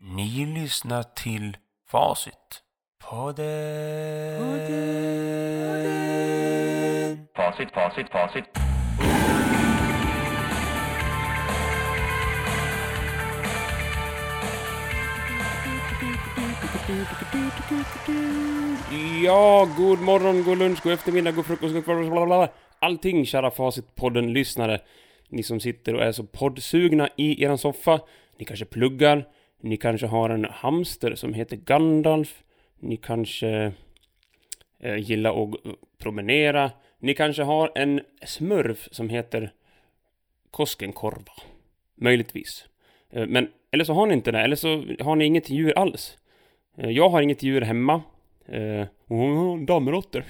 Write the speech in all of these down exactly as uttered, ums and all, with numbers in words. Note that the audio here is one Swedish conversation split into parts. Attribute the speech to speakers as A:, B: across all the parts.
A: Ni lyssnar till Facit podden. podden. Facit, facit, facit.
B: Ja, god morgon, god lunch, god eftermiddag, god frukost, god frukost, blablabla. Allting, kära Facit-podden-lyssnare. Ni som sitter och är så poddsugna i eran soffa. Ni kanske pluggar. Ni kanske har en hamster som heter Gandalf. Ni kanske eh, gillar att promenera. Ni kanske har en smurf som heter Koskenkorva. Möjligtvis. Eh, men, eller så har ni inte det. Eller så har ni inget djur alls. Eh, jag har inget djur hemma. Eh, oh, dameråttor.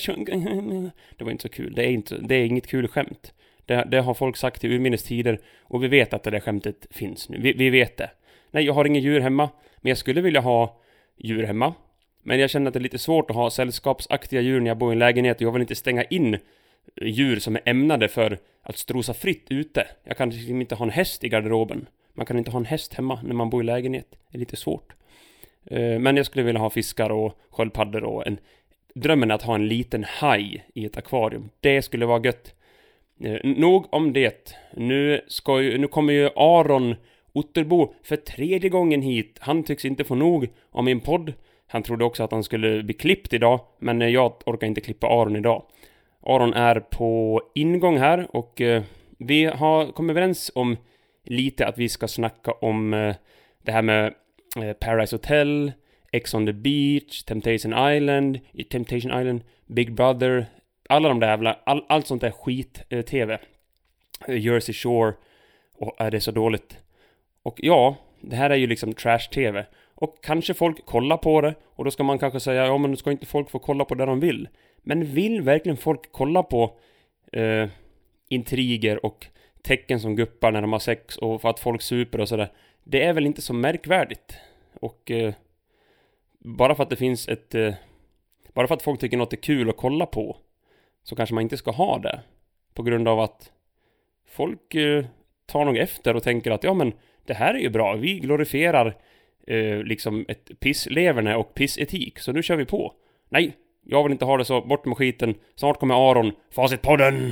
B: Det var inte så kul. Det är, inte, det är inget kul skämt. Det, det har folk sagt i urminnes tider. Och vi vet att det där skämtet finns nu. Vi, vi vet det. Nej, jag har inga djur hemma. Men jag skulle vilja ha djur hemma. Men jag känner att det är lite svårt att ha sällskapsaktiga djur när jag bor i en lägenhet. Och jag vill inte stänga in djur som är ämnade för att strosa fritt ute. Jag kan inte ha en häst i garderoben. Man kan inte ha en häst hemma när man bor i lägenhet. Det är lite svårt. Men jag skulle vilja ha fiskar och sköldpaddor och en... Drömmen är att ha en liten haj i ett akvarium. Det skulle vara gött. Nog om det. Nu, ska ju, nu kommer ju Aron Otterbo för tredje gången hit. Han tycks inte få nog av min podd. Han trodde också att han skulle bli klippt idag. Men jag orkar inte klippa Aron idag. Aron är på ingång här. Och eh, vi har kommit överens om lite att vi ska snacka om eh, det här med eh, Paradise Hotel, Ex on the Beach, Temptation Island, Temptation Island, Big Brother. Alla de där jävla, all, allt sånt där skit-tv. Eh, Jersey Shore. Och är det så dåligt? Och ja, det här är ju liksom trash-tv. Och kanske folk kollar på det. Och då ska man kanske säga, ja men ska inte folk få kolla på det de vill. Men vill verkligen folk kolla på eh, intriger och tecken som guppar när de har sex och för att folk super och sådär? Det är väl inte så märkvärdigt. Och eh, bara för att det finns ett... Eh, bara för att folk tycker något är kul att kolla på, så kanske man inte ska ha det. På grund av att folk eh, tar nog efter och tänker att ja men det här är ju bra. Vi glorifierar eh, liksom ett pissleverne och pissetik. Så nu kör vi på. Nej, jag vill inte ha det så. Bort med skiten. Snart kommer Aron. Facitpodden!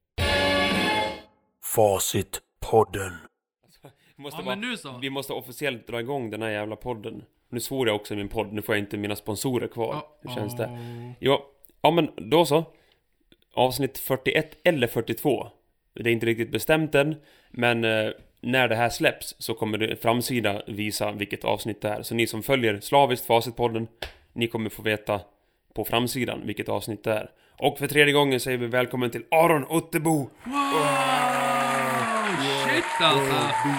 A: Facitpodden.
B: Måste
C: Ja,
B: bara,
C: men nu så.
B: Vi måste officiellt dra igång den här jävla podden. Nu svor jag också i min podd. Nu får jag inte mina sponsorer kvar.
C: Ja.
B: Hur känns det?
C: Oh.
B: Ja, ja, men då så. Avsnitt fyrtioett eller fyrtiotvå. Det är inte riktigt bestämt än. Men eh, när det här släpps så kommer det framsida visa vilket avsnitt det är. Så ni som följer slaviskt Facitpodden, ni kommer få veta på framsidan vilket avsnitt det är. Och för tredje gången säger vi välkommen till Aron Otterbo.
C: Wow! Shit alltså!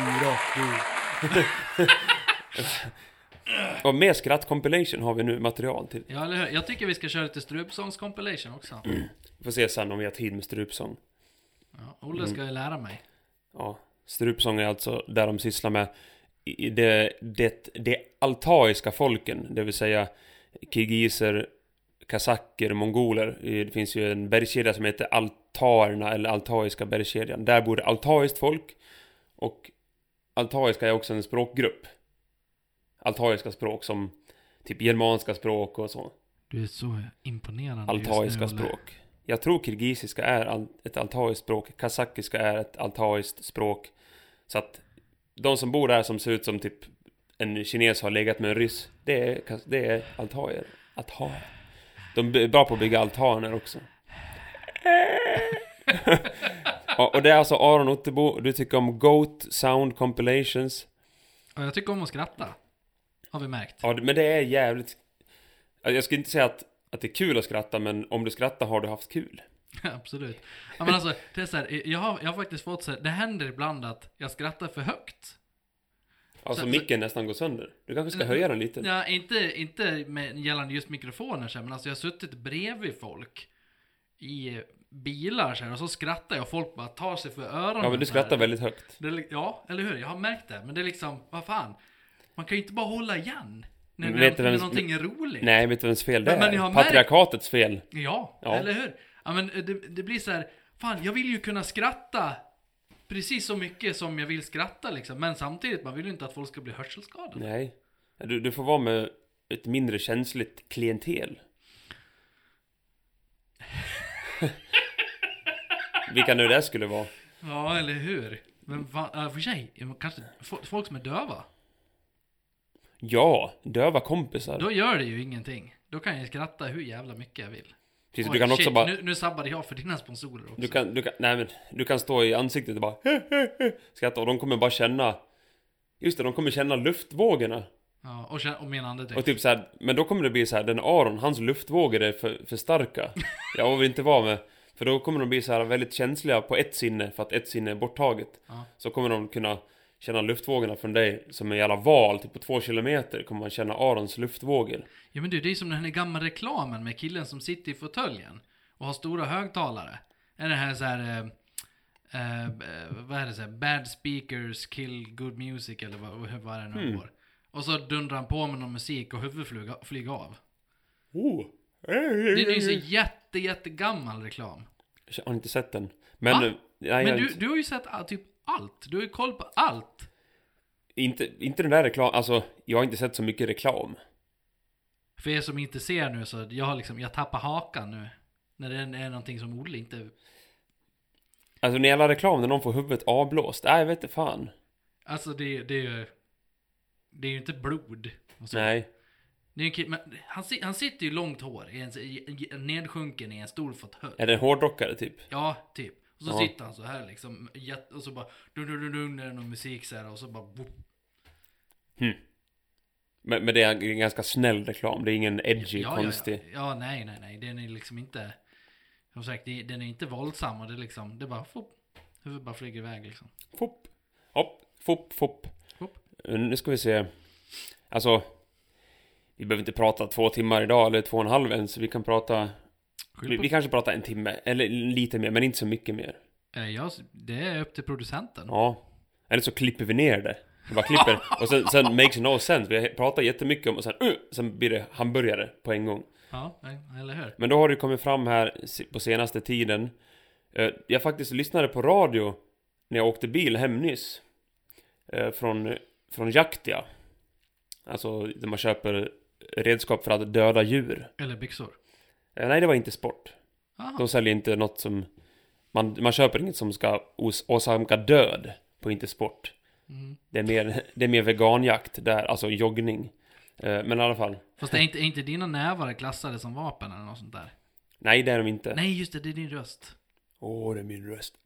B: Och med skratt compilation har vi nu material till.
C: Ja, eller hur? Jag tycker vi ska köra lite strupsångs compilation också.
B: Vi får se sen om vi har tid med strupsång.
C: Ja, Olle ska ju lära mig.
B: Ja, strupsång är alltså där de sysslar med det, det, det altaiska folken. Det vill säga kirgiser, kazaker, mongoler. Det finns ju en bergskedja som heter Altaerna eller altaiska bergskedjan. Där bor det altaiskt folk. Och altaiska är också en språkgrupp. Altaiska språk som typ germanska språk och så.
C: Du är så imponerande.
B: Altaiska
C: just nu, Olle.
B: språk. Jag tror kirgisiska är ett altaiskt språk. Kazakiska är ett altaiskt språk. Så att de som bor där som ser ut som typ en kines har legat med en ryss, det är, det är altaier. Altaier. De är bra på att bygga altaner också. Och det är alltså Aron Otterbo. Du tycker om Goat Sound Compilations.
C: Ja, jag tycker om att skratta. Har vi märkt.
B: Ja, men det är jävligt... Jag ska inte säga att, att det är kul att skratta, men om du skrattar har du haft kul.
C: Absolut. Ja, men alltså, det är så här, jag har, jag har faktiskt fått så här, det händer ibland att jag skrattar för högt.
B: Alltså
C: Så-
B: micken nästan går sönder. Du kanske ska höja den lite.
C: Ja, inte, inte med gällande just mikrofoner så här, men alltså jag har suttit bredvid folk i bilar så här, och så skrattar jag och folk bara tar sig för öronen.
B: Ja, men du
C: så här.
B: skrattar väldigt högt.
C: Det är li- ja, eller hur? Jag har märkt det. Men det är liksom, vad fan? Man kan ju inte bara hålla igen när,
B: Men
C: när,
B: vet du
C: när
B: vems-
C: någonting är roligt.
B: Nej, vet du vems fel det
C: Men- men
B: är?
C: jag har märkt-
B: Patriarkatets fel.
C: Ja,
B: Ja.
C: eller hur? Ja, men det, det blir så här, fan, jag vill ju kunna skratta precis så mycket som jag vill skratta liksom. Men samtidigt, man vill ju inte att folk ska bli hörselskadade.
B: Nej. Du, du får vara med ett mindre känsligt klientel. Vilka nu det skulle vara.
C: Ja, eller hur? Men va, för sig, kanske folk som är döva.
B: Ja, döva kompisar.
C: Då gör det ju ingenting. Då kan jag skratta hur jävla mycket jag vill.
B: Precis,
C: Oj,
B: du kan också
C: shit,
B: bara...
C: nu, nu sabbade jag för dina sponsorer också.
B: Du kan, du kan, nej men, du kan stå i ansiktet och bara skratta, och de kommer bara känna... Just det, de kommer känna luftvågorna.
C: Ja, och, känna, och min andedräkt.
B: Och typ så här, men då kommer det bli så här, den Aron, hans luftvågor är för, för starka. Jag vill inte vara med. För då kommer de bli så här väldigt känsliga på ett sinne, för att ett sinne är borttaget.
C: Ja.
B: Så kommer de kunna känna luftvågorna från dig som en jävla val, typ på två kilometer kommer man känna Arons luftvågor.
C: Ja men du, det är som den här gamla reklamen med killen som sitter i fåtöljen och har stora högtalare. Är det här så här eh, eh, vad är det så här, bad speakers kill good music eller vad, vad är det nu
B: Mm.
C: går. Och så dundrar han på med någon musik och huvudet flyger, flyger av.
B: Oh.
C: Det, det är ju så jätte, jätte gammal reklam.
B: Jag har inte sett den. Men,
C: Va?
B: nej, jag
C: Men
B: har
C: du,
B: inte,
C: du har ju sett all, typ allt. Du har ju koll på allt.
B: inte, inte den där reklam, alltså jag har inte sett så mycket reklam.
C: För er som inte ser nu så jag har liksom, jag tappar hakan nu. När det är någonting som Olle inte...
B: Alltså när det gäller reklam, när någon får huvudet avblåst, nej jag vet inte fan.
C: Alltså det, det är ju... Det är ju inte blod. Och så.
B: Nej.
C: Det är en kid, men han, si- han sitter ju långt hår i en, i, i, nedsjunken i en stor fåtölj.
B: Är det en hårdrockare typ?
C: Ja, typ. Och så
B: Ja.
C: sitter han så här liksom jätt, och så bara dun dun dun dun, är det någon musik så här, och så bara whoop.
B: Hmm. Men, men det är en ganska snäll reklam, det är ingen edgy,
C: ja,
B: konstig.
C: Ja, ja. ja, nej, nej, nej. Den är liksom inte, som sagt, det, den är inte våldsam och det är liksom, det är bara fopp. Huvudet bara flyger iväg liksom.
B: Fopp, hopp, fopp, fopp.
C: Fopp.
B: Nu ska vi se. Alltså, vi behöver inte prata två timmar idag, eller två och en halv ens. Vi kan prata, vi, vi kanske pratar en timme, eller lite mer, men inte så mycket mer.
C: Eh, ja, det är upp till producenten.
B: Ja, eller så klipper vi ner det. Vi bara klipper, och sen, sen makes no sense. Vi pratar jättemycket om, och sen, uh, sen blir det hamburgare på en gång.
C: Ja, eller hur?
B: Men då har det kommit fram här på senaste tiden. Eh, Jag faktiskt lyssnade på radio när jag åkte bil hem nyss. Eh, Från, från Jaktia. Alltså där man köper redskap för att döda djur.
C: Eller byxor.
B: Eh, Nej, det var inte sport.
C: Aha.
B: De säljer inte något som... Man, man köper inget som ska os- åsamka död på inte sport.
C: Mm.
B: Det är mer, det är mer veganjakt där, alltså joggning. Eh, Men i alla fall.
C: Fast är inte, är inte dina nävar klassade som vapen eller något sånt där?
B: Nej, det är de inte.
C: Nej, just det, det är din röst.
B: Åh, det är min röst.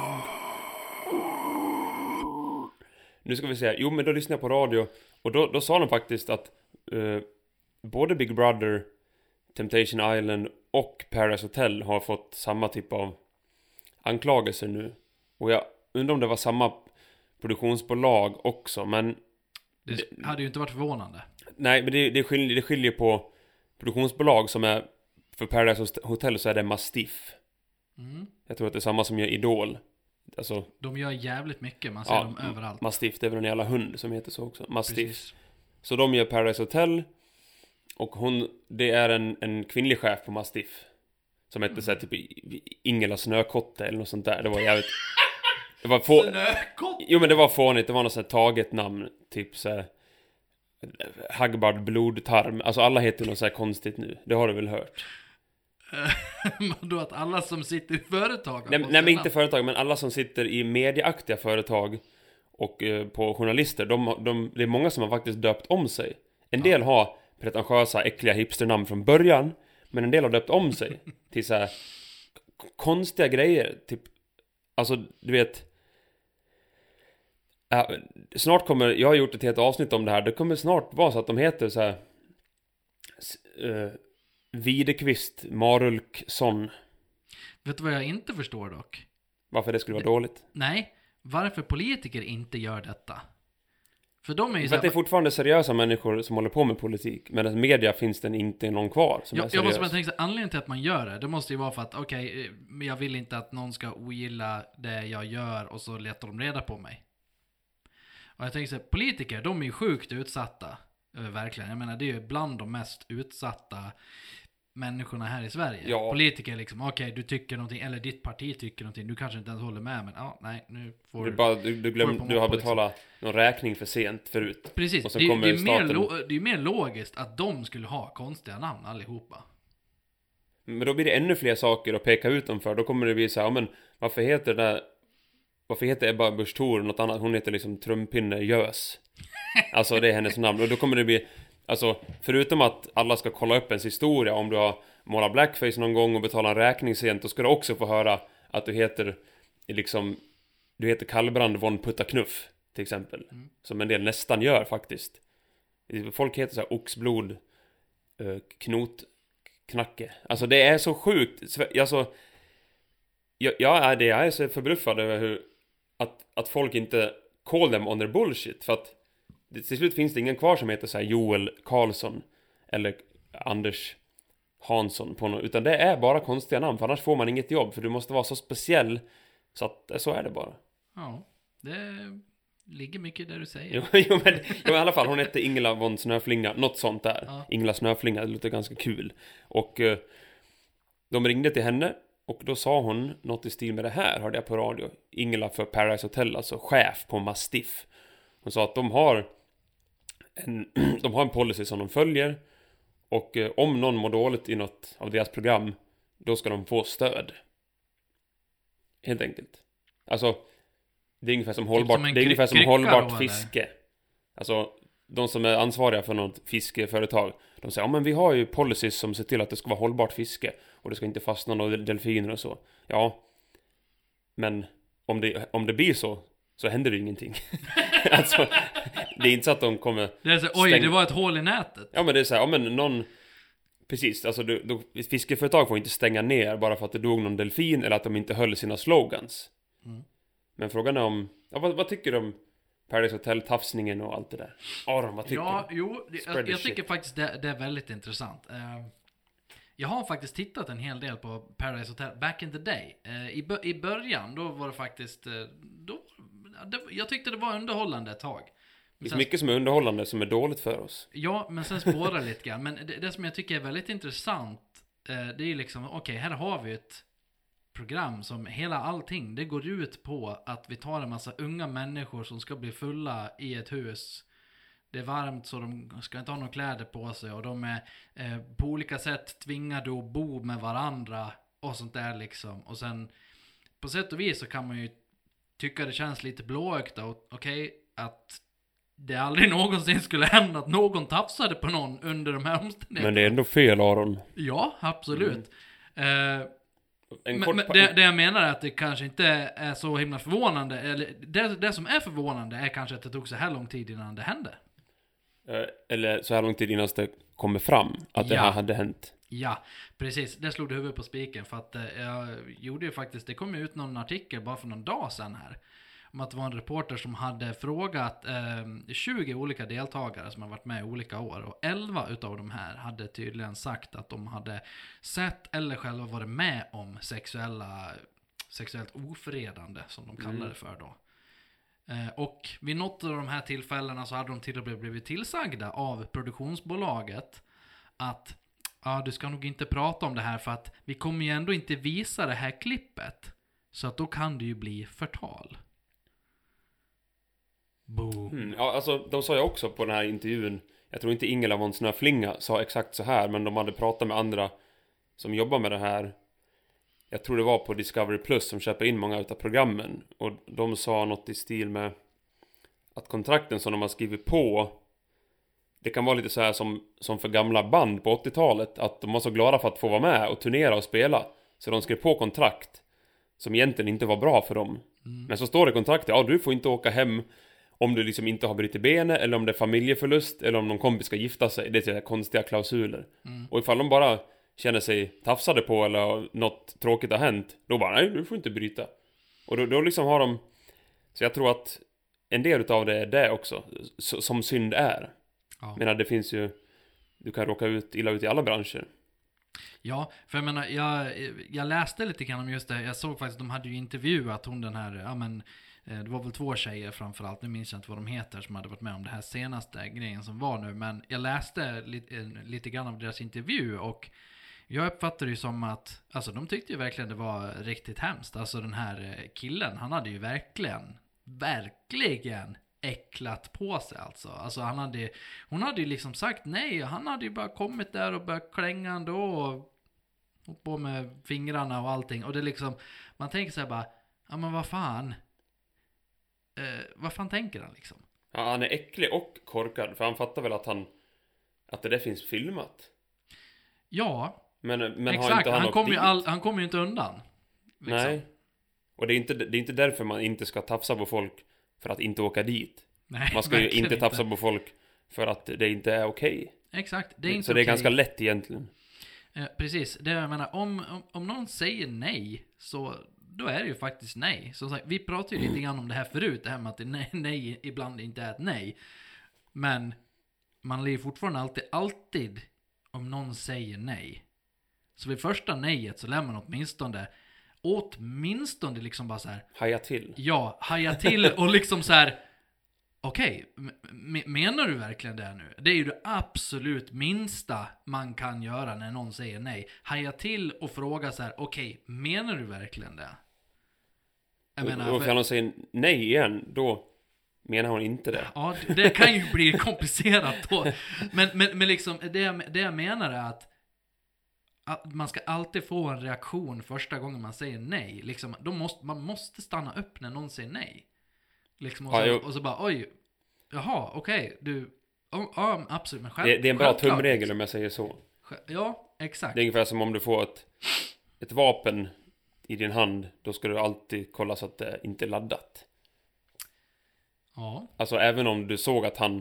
B: Nu ska vi se. Jo, men då lyssnade jag på radio. Och då, då sa de faktiskt att eh, både Big Brother, Temptation Island och Paradise Hotel har fått samma typ av anklagelser nu. Och jag undrar om det var samma produktionsbolag också. Men
C: Det,
B: Det-
C: hade ju inte varit förvånande.
B: nej, men det, det, skiljer, det skiljer på produktionsbolag som är... För Paradise Hotel så är det Mastiff.
C: Mm.
B: Jag tror att det är samma som gör Idol. Alltså...
C: De gör jävligt mycket, man ser
B: Ja,
C: dem överallt.
B: Mastiff, det är väl en jävla hund som heter så också. Mastiff.
C: Precis.
B: Så de gör Paradise Hotel. Och hon, det är en, en kvinnlig chef på Mastiff. Som heter
C: Mm.
B: så här, typ Ingela Snökotte eller något sånt där. Det var jävligt... Det var få...
C: Snökott!
B: Jo, men det var fånigt. Det var något så här taget namn. Typ så här... Hagbard blodtarm. Alltså alla heter något så här konstigt nu. Det har du väl hört?
C: Då att alla som sitter i företag har
B: Nej,
C: fått
B: nej men
C: sina-
B: inte företag, men alla som sitter i medieaktiga företag och eh, på journalister, de, de, det är många som har faktiskt döpt om sig. En del har pretentiösa, äckliga hipsternamn från början, men en del har döpt om sig till så här k- konstiga grejer, typ, alltså du vet, äh, snart kommer, jag har gjort ett helt avsnitt om det här, det kommer snart vara så att de heter så här s- eh, Videkvist Marulksson.
C: Vet du vad jag inte förstår dock?
B: Varför det skulle vara dåligt?
C: Nej, varför politiker inte gör detta. För de är ju
B: För
C: så
B: att det är
C: här,
B: fortfarande seriösa människor som håller på med politik. Men i media finns det inte någon kvar som är
C: jag, jag
B: seriös.
C: måste bara tänka så här, anledningen till att man gör det, det måste ju vara för att okej, eh, men jag vill inte att någon ska ogilla det jag gör och så letar de reda på mig. Och jag tänker så här, politiker, de är ju sjukt utsatta. Eh, verkligen, jag menar det är ju bland de mest utsatta människorna här i Sverige.
B: Ja.
C: Politiker liksom, okej, okay, du tycker någonting, eller ditt parti tycker någonting, du kanske inte ens håller med, men ja, nej, nu får
B: du... Bara, du, du, glöm,
C: får
B: du har
C: på,
B: betalat
C: liksom.
B: någon räkning för sent förut.
C: Precis,
B: och så
C: det,
B: kommer
C: det, är
B: staten...
C: mer lo, det är mer logiskt att de skulle ha konstiga namn allihopa.
B: Men då blir det ännu fler saker att peka ut dem för. Då kommer det bli så här, ja, men varför heter det där... Varför heter Ebba Busch Thor något annat? Hon heter liksom Trumpinne Gös. Alltså det är hennes namn. Och då kommer det bli... Alltså, förutom att alla ska kolla upp ens historia, om du har målat blackface någon gång och betalat en räkning sent, då ska du också få höra att du heter liksom, du heter Kallbrand von Puttaknuff till exempel. Mm. Som en del nästan gör faktiskt. Folk heter så här oxblod, knot, knacke. Alltså det är så sjukt. Alltså, jag, jag, är det, jag är så förbruffad över hur att, att folk inte call them on their bullshit. För att till slut finns det ingen kvar som heter så här Joel Karlsson eller Anders Hansson på något, utan det är bara konstiga namn, för annars får man inget jobb, för du måste vara så speciell, så att så är det bara.
C: Ja, det ligger mycket där du säger.
B: Jo, jo, men, jo, men i alla fall, hon hette Ingela von Snöflinga, något sånt där. Ja. Ingela Snöflinga, det låter ganska kul. Och eh, de ringde till henne, och då sa hon något i stil med det här, hörde jag på radio. Ingela för Paradise Hotel, alltså chef på Mastiff. Hon sa att de har en, de har en policy som de följer, och eh, om någon mår dåligt i något av deras program, då ska de få stöd. Helt enkelt. Alltså, det är ungefär som hållbart,
C: typ som
B: det är ungefär som
C: krycka
B: hållbart
C: då,
B: fiske. Eller? Alltså, de som är ansvariga för något fiskeföretag, de säger, ja men vi har ju policies som ser till att det ska vara hållbart fiske, och det ska inte fastna några delfiner och så. Ja, men om det, om det blir så, så händer det ju ingenting. Alltså, det är inte så att de kommer...
C: Det är så, oj, stäng... det var ett hål i nätet.
B: Ja, men det är så här, ja men någon... Precis, alltså du, du, fiskeföretag får inte stänga ner bara för att det dog någon delfin, eller att de inte höll sina slogans. Mm. Men frågan är om... Ja, vad, vad tycker du om Paradise Hotel-tafsningen och allt det där? Aron, vad tycker
C: ja,
B: du?
C: Jo, det, jag, jag tycker faktiskt det, det är väldigt intressant. Uh, jag har faktiskt tittat en hel del på Paradise Hotel back in the day. Uh, i, I början, då var det faktiskt... Uh, då, det, jag tyckte det var underhållande ett tag.
B: Det är sen, mycket som är underhållande som är dåligt för oss.
C: Ja, men sen spårar lite grann. Men det, det som jag tycker är väldigt intressant, eh, det är ju liksom, okej, okay, här har vi ett program som hela allting, det går ut på att vi tar en massa unga människor som ska bli fulla i ett hus. Det är varmt så de ska inte ha några kläder på sig, och de är eh, på olika sätt tvingade att bo med varandra och sånt där liksom. Och sen på sätt och vis så kan man ju tycka det känns lite blåögt, okej, okay, att det aldrig någonsin skulle hända att någon tafsade på någon under de här omständigheterna.
B: Men det är ändå fel, Aron.
C: Ja, absolut. Mm. Uh,
B: en
C: men, men det, det jag menar är att det kanske inte är så himla förvånande. Eller det, det som är förvånande är kanske att det tog så här lång tid innan det hände.
B: Uh, eller så här lång tid innan det kommer fram att ja. det här hade hänt.
C: Ja, precis. Det slog det huvudet på spiken. För att uh, jag gjorde ju faktiskt, det kom ut någon artikel bara för någon dag sedan här, om att det var en reporter som hade frågat eh, tjugo olika deltagare som har varit med i olika år, och elva utav de här hade tydligen sagt att de hade sett eller själva varit med om sexuella sexuellt ofredande, som de kallar mm. det för då. Eh, och vid något av de här tillfällena så hade de till och med blivit tillsagda av produktionsbolaget att ja, du ska nog inte prata om det här, för att vi kommer ju ändå inte visa det här klippet, så att då kan det ju bli förtal.
B: Mm, ja, alltså de sa ju också på den här intervjun, jag tror inte Ingela von Snöflinga sa exakt så här, men de hade pratat med andra som jobbar med det här. Jag tror det var på Discovery Plus som köper in många utav programmen, och de sa något i stil med att kontrakten som de har skrivit på, det kan vara lite så här som, som för gamla band på åttiotalet, att de var så glada för att få vara med och turnera och spela, så de skrev på kontrakt som egentligen inte var bra för dem. Mm. Men så står det i kontraktet, ja, du får inte åka hem om du liksom inte har brutit benet, eller om det är familjeförlust, eller om någon kompis ska gifta sig. Det är sådär konstiga klausuler. Mm. Och ifall de bara känner sig tafsade på, eller något tråkigt har hänt, då bara, nej, du får inte bryta. Och då, då liksom har de... Så jag tror att en del utav det är det också, som synd är. Ja. Men det finns ju... Du kan råka ut illa ut i alla branscher.
C: Ja, för jag menar, jag, jag läste lite grann om just det. Jag såg faktiskt, de hade ju intervjuat hon den här, ja men... Det var väl två tjejer framförallt, nu minns jag inte vad de heter, som hade varit med om det här senaste grejen som var nu. Men jag läste lite, lite grann av deras intervju, och Jag uppfattar det ju som att, alltså de tyckte ju verkligen det var riktigt hemskt. Alltså den här killen, han hade ju verkligen, verkligen äcklat på sig alltså. Alltså han hade, hon hade ju liksom sagt nej. Han hade ju bara kommit där och börjat klänga ändå och, och på med fingrarna och allting. Och det liksom, man tänker så här bara, ja men vad fan, eh, vad fan tänker han liksom?
B: Ja, han är äcklig och korkad. För han fattar väl att han, att det där finns filmat.
C: Ja,
B: men, men
C: exakt.
B: har inte han,
C: han kommer ju,
B: dit?
C: all, han kom ju inte undan. Liksom.
B: Nej. Och det är, inte, det är inte därför man inte ska tafsa på folk för att inte åka dit.
C: Nej,
B: Man ska ju inte tafsa
C: inte
B: på folk för att det inte är okej.
C: Exakt, det är inte
B: Så det är
C: okej.
B: ganska lätt egentligen.
C: Eh, precis, det jag menar, om, om, om någon säger nej, så då är det ju faktiskt nej. Som sagt, vi pratade ju lite grann om det här förut, det här med att nej, nej ibland inte är ett nej. Men man lever fortfarande alltid, alltid om någon säger nej. Så vid första nejet så lär man åtminstone, åtminstone liksom bara så här.
B: Haja till.
C: Ja, haja till och liksom så här. Okej, okay, menar du verkligen det nu? Det är ju det absolut minsta man kan göra när någon säger nej. Haja till och fråga så här, okej, okay, menar du verkligen det? Jag
B: och,
C: menar,
B: och för... om de säger nej igen, då menar hon inte det.
C: Ja, det kan ju bli komplicerat då. Men, men, men liksom, det jag, det jag menar är att, att man ska alltid få en reaktion första gången man säger nej. Liksom, då måste, man måste stanna upp när någon säger nej. Liksom, och, så,
B: ja,
C: och så bara, oj, jaha, okej, okay, du, ja, oh, oh, absolut, men själv,
B: det, det är en bra
C: tumregel
B: liksom. Om jag säger så.
C: Ja, exakt.
B: Det är ungefär som om du får ett, ett vapen i din hand, då ska du alltid kolla så att det inte är laddat.
C: Ja.
B: Alltså även om du såg att han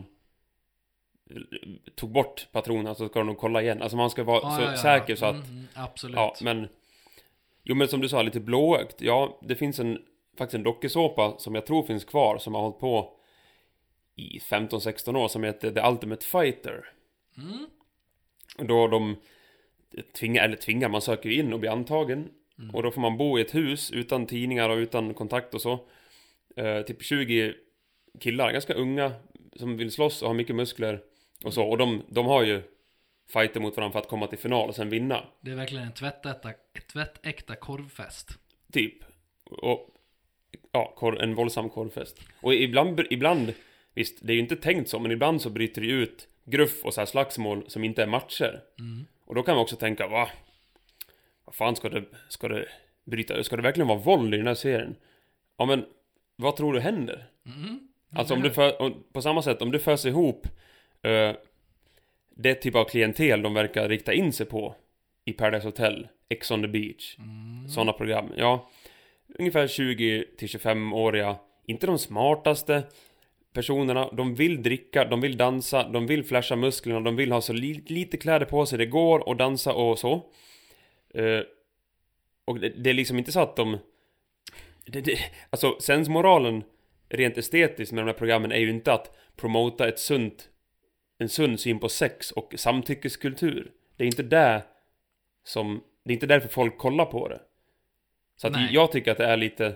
B: tog bort patronerna, så ska du nog kolla igen. Alltså man ska vara
C: ja,
B: så
C: ja, ja.
B: säker så att...
C: Mm, absolut.
B: Ja, men... Jo, men som du sa, lite blåögt. Ja, det finns en faktiskt en dokusåpa som jag tror finns kvar, som har hållit på i femton sexton år, som heter The Ultimate Fighter.
C: Mm.
B: Och då de tvingar, eller tvingar, man söker ju in och blir antagen. Mm. Och då får man bo i ett hus utan tidningar och utan kontakt och så. Uh, typ tjugo killar, ganska unga, som vill slåss och har mycket muskler och så. Och de, de har ju fighter mot varandra för att komma till final och sen vinna.
C: Det är verkligen en tvättäkta, tvättäkta korvfest.
B: Typ. Och ja, kor, en våldsam korvfest. Och ibland, ibland, visst, det är ju inte tänkt så, men ibland så bryter det ut gruff och så här slagsmål som inte är matcher.
C: Mm.
B: Och då kan man också tänka, va? Vad fan ska det, ska det bryta? Ska det verkligen vara våld i den här serien? Ja, men vad tror du händer?
C: Mm.
B: Alltså om du för, om, på samma sätt, om du förs ihop uh, det typ av klientel de verkar rikta in sig på i Paradise Hotel, Ex on the Beach, mm. sådana program, ja, ungefär tjugo till tjugofem-åriga, inte de smartaste personerna, de vill dricka, de vill dansa, de vill flasha musklerna, de vill ha så li- lite kläder på sig det går och dansa och så. Uh, och det, det är liksom inte så att de det, det, alltså sensmoralen rent estetiskt med de här programmen är ju inte att promota ett sunt, en sund syn på sex och samtyckeskultur. Det är inte där som, det är inte därför folk kollar på det. Så att jag tycker att det är lite,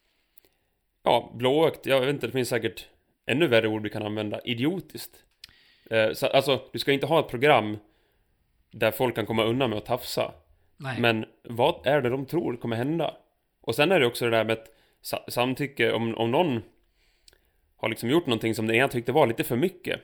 B: ja, blåögt. Jag vet inte, det finns säkert ännu värre ord vi kan använda. Idiotiskt. Eh, så, alltså, du ska inte ha ett program där folk kan komma undan med att tafsa.
C: Nej.
B: Men vad är det de tror kommer hända? Och sen är det också det där med ett samtycke, om, om någon har liksom gjort någonting som den ena tyckte var lite för mycket,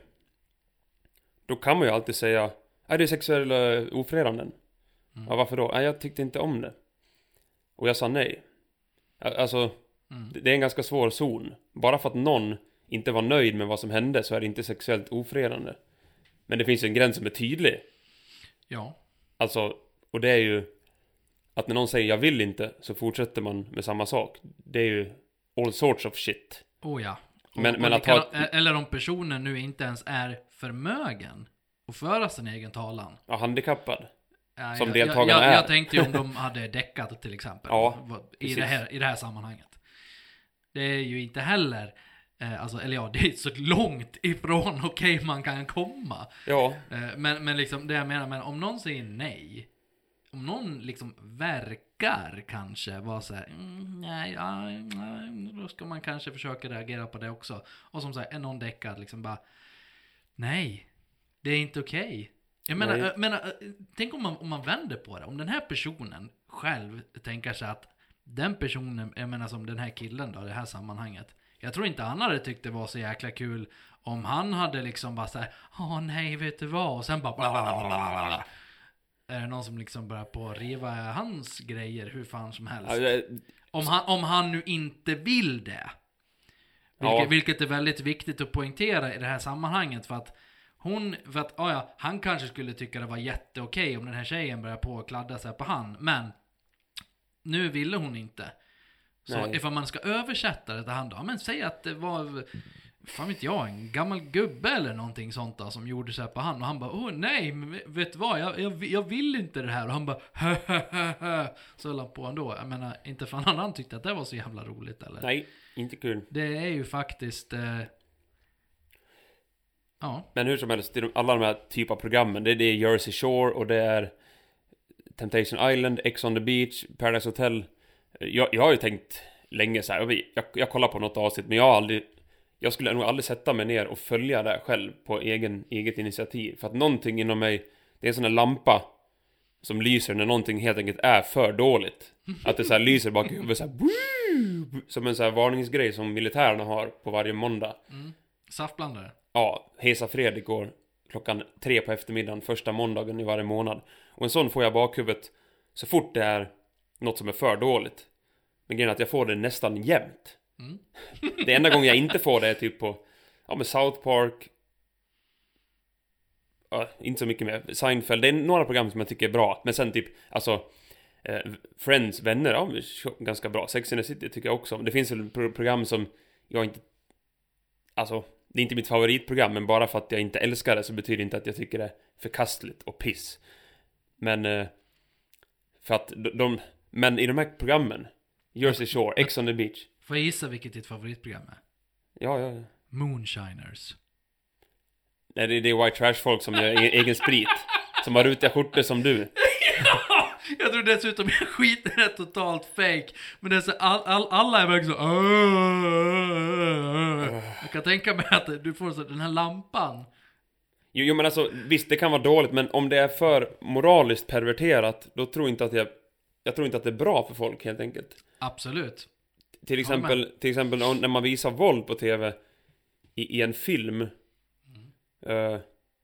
B: då kan man ju alltid säga, är det sexuella ofredanden? Mm. Ja, varför då? Nej, jag tyckte inte om det. Och jag sa nej. Alltså, mm. det är en ganska svår zon. Bara för att någon inte var nöjd med vad som hände så är det inte sexuellt ofredande. Men det finns en gräns som är tydlig.
C: Ja.
B: Alltså, och det är ju att när någon säger jag vill inte, så fortsätter man med samma sak. Det är ju all sorts of shit.
C: Oh ja. Och,
B: men,
C: och
B: men att
C: kan,
B: ha ett...
C: Eller om personen nu inte ens är förmögen att föra sin egen talan.
B: Ja, handikappad.
C: Ja,
B: som
C: jag,
B: deltagarna
C: jag, jag,
B: är.
C: jag tänkte ju om de hade däckat till exempel.
B: Ja,
C: i, det här, I det här sammanhanget. Det är ju inte heller... Eh, alltså, eller ja, det är så långt ifrån okej okay, man kan komma.
B: Ja.
C: Eh, men, men liksom det jag menar, men om någon säger nej, om någon liksom verkar kanske vara så här, mm, nej, ja, nej, då ska man kanske försöka reagera på det också. Och som sagt, är någon däckad liksom bara, nej, det är inte okej. Okay. Jag menar,
B: Nej.
C: jag menar tänk om man, om man vänder på det. Om den här personen själv tänker sig att den personen, jag menar som den här killen då, i det här sammanhanget. Jag tror inte han hade tyckt det var så jäkla kul om han hade liksom bara såhär, åh nej, vet du vad? Och sen bara blablabla. Är det någon som liksom börjar på att riva hans grejer hur fan som helst.
B: Ja, det-
C: Om han, om han nu inte vill det.
B: Ja.
C: Vilket, vilket är väldigt viktigt att poängtera i det här sammanhanget. För att hon, för att, oh ja, han kanske skulle tycka det var jätteokej om den här tjejen börjar på att kladda sig på han. Men nu ville hon inte. Så
B: Nej.
C: ifall man ska översätta det till han då, ja, men säg att det var, fan vet jag, en gammal gubbe eller någonting sånt då, som gjorde så här på han. Och han bara, åh nej, men vet du vad, jag, jag, jag vill inte det här. Och han bara, hö, hö, hö, hö. Så höll han på ändå. Jag menar, inte fan han, han tyckte att det var så jävla roligt eller?
B: Nej, inte kul.
C: Det är ju faktiskt eh, ja.
B: Men hur som helst, det är de- alla de här typer av programmen. Det är, det är Jersey Shore och det är Temptation Island, Ex on the Beach, Paradise Hotel. Jag, jag har ju tänkt länge så här, jag, jag, jag kollar på något avsnitt, men jag har aldrig, jag skulle nog aldrig sätta mig ner och följa det själv på egen, eget initiativ. För att någonting inom mig, det är en sån här lampa som lyser när någonting helt enkelt är för dåligt. Att det så här lyser bak i huvudet så här, "Woo!" som en så här varningsgrej som militärerna har på varje måndag.
C: Mm. Saftblandare.
B: Ja, Hesa Fredrik går klockan tre på eftermiddagen första måndagen i varje månad. Och en sån får jag bakhuvudet så fort det är något som är för dåligt. Men grejen är att jag får det nästan jämt.
C: Mm.
B: Det enda gången jag inte får det är typ på, ja, med South Park. Ja, inte så mycket mer. Seinfeld, det är några program som jag tycker är bra. Men sen typ, alltså eh, Friends, vänner, ja, ganska bra. Sex and the City tycker jag också. Det finns väl pro- program som jag inte, alltså det är inte mitt favoritprogram, men bara för att jag inte älskar det så betyder det inte att jag tycker det är förkastligt och piss. Men eh, för att de, de men i de här programmen, Jersey Shore, Ex on the Beach.
C: Får jag gissa vilket ditt favoritprogram är?
B: Ja, ja, ja.
C: Moonshiners.
B: Nej, det, det är white trash folk som gör egen, egen sprit. Som har rutiga skjortor som du.
C: Jag tror dessutom jag skiter är totalt fake. Men det är så, all, all, alla är verkligen så. Jag kan tänka mig att du får så den här lampan.
B: Jo, jo, men alltså, visst det kan vara dåligt, men om det är för moraliskt perverterat, då tror jag inte att jag jag tror inte att det är bra för folk helt enkelt.
C: Absolut.
B: Till exempel, till exempel när man visar våld på tv i, i en film, mm. eh,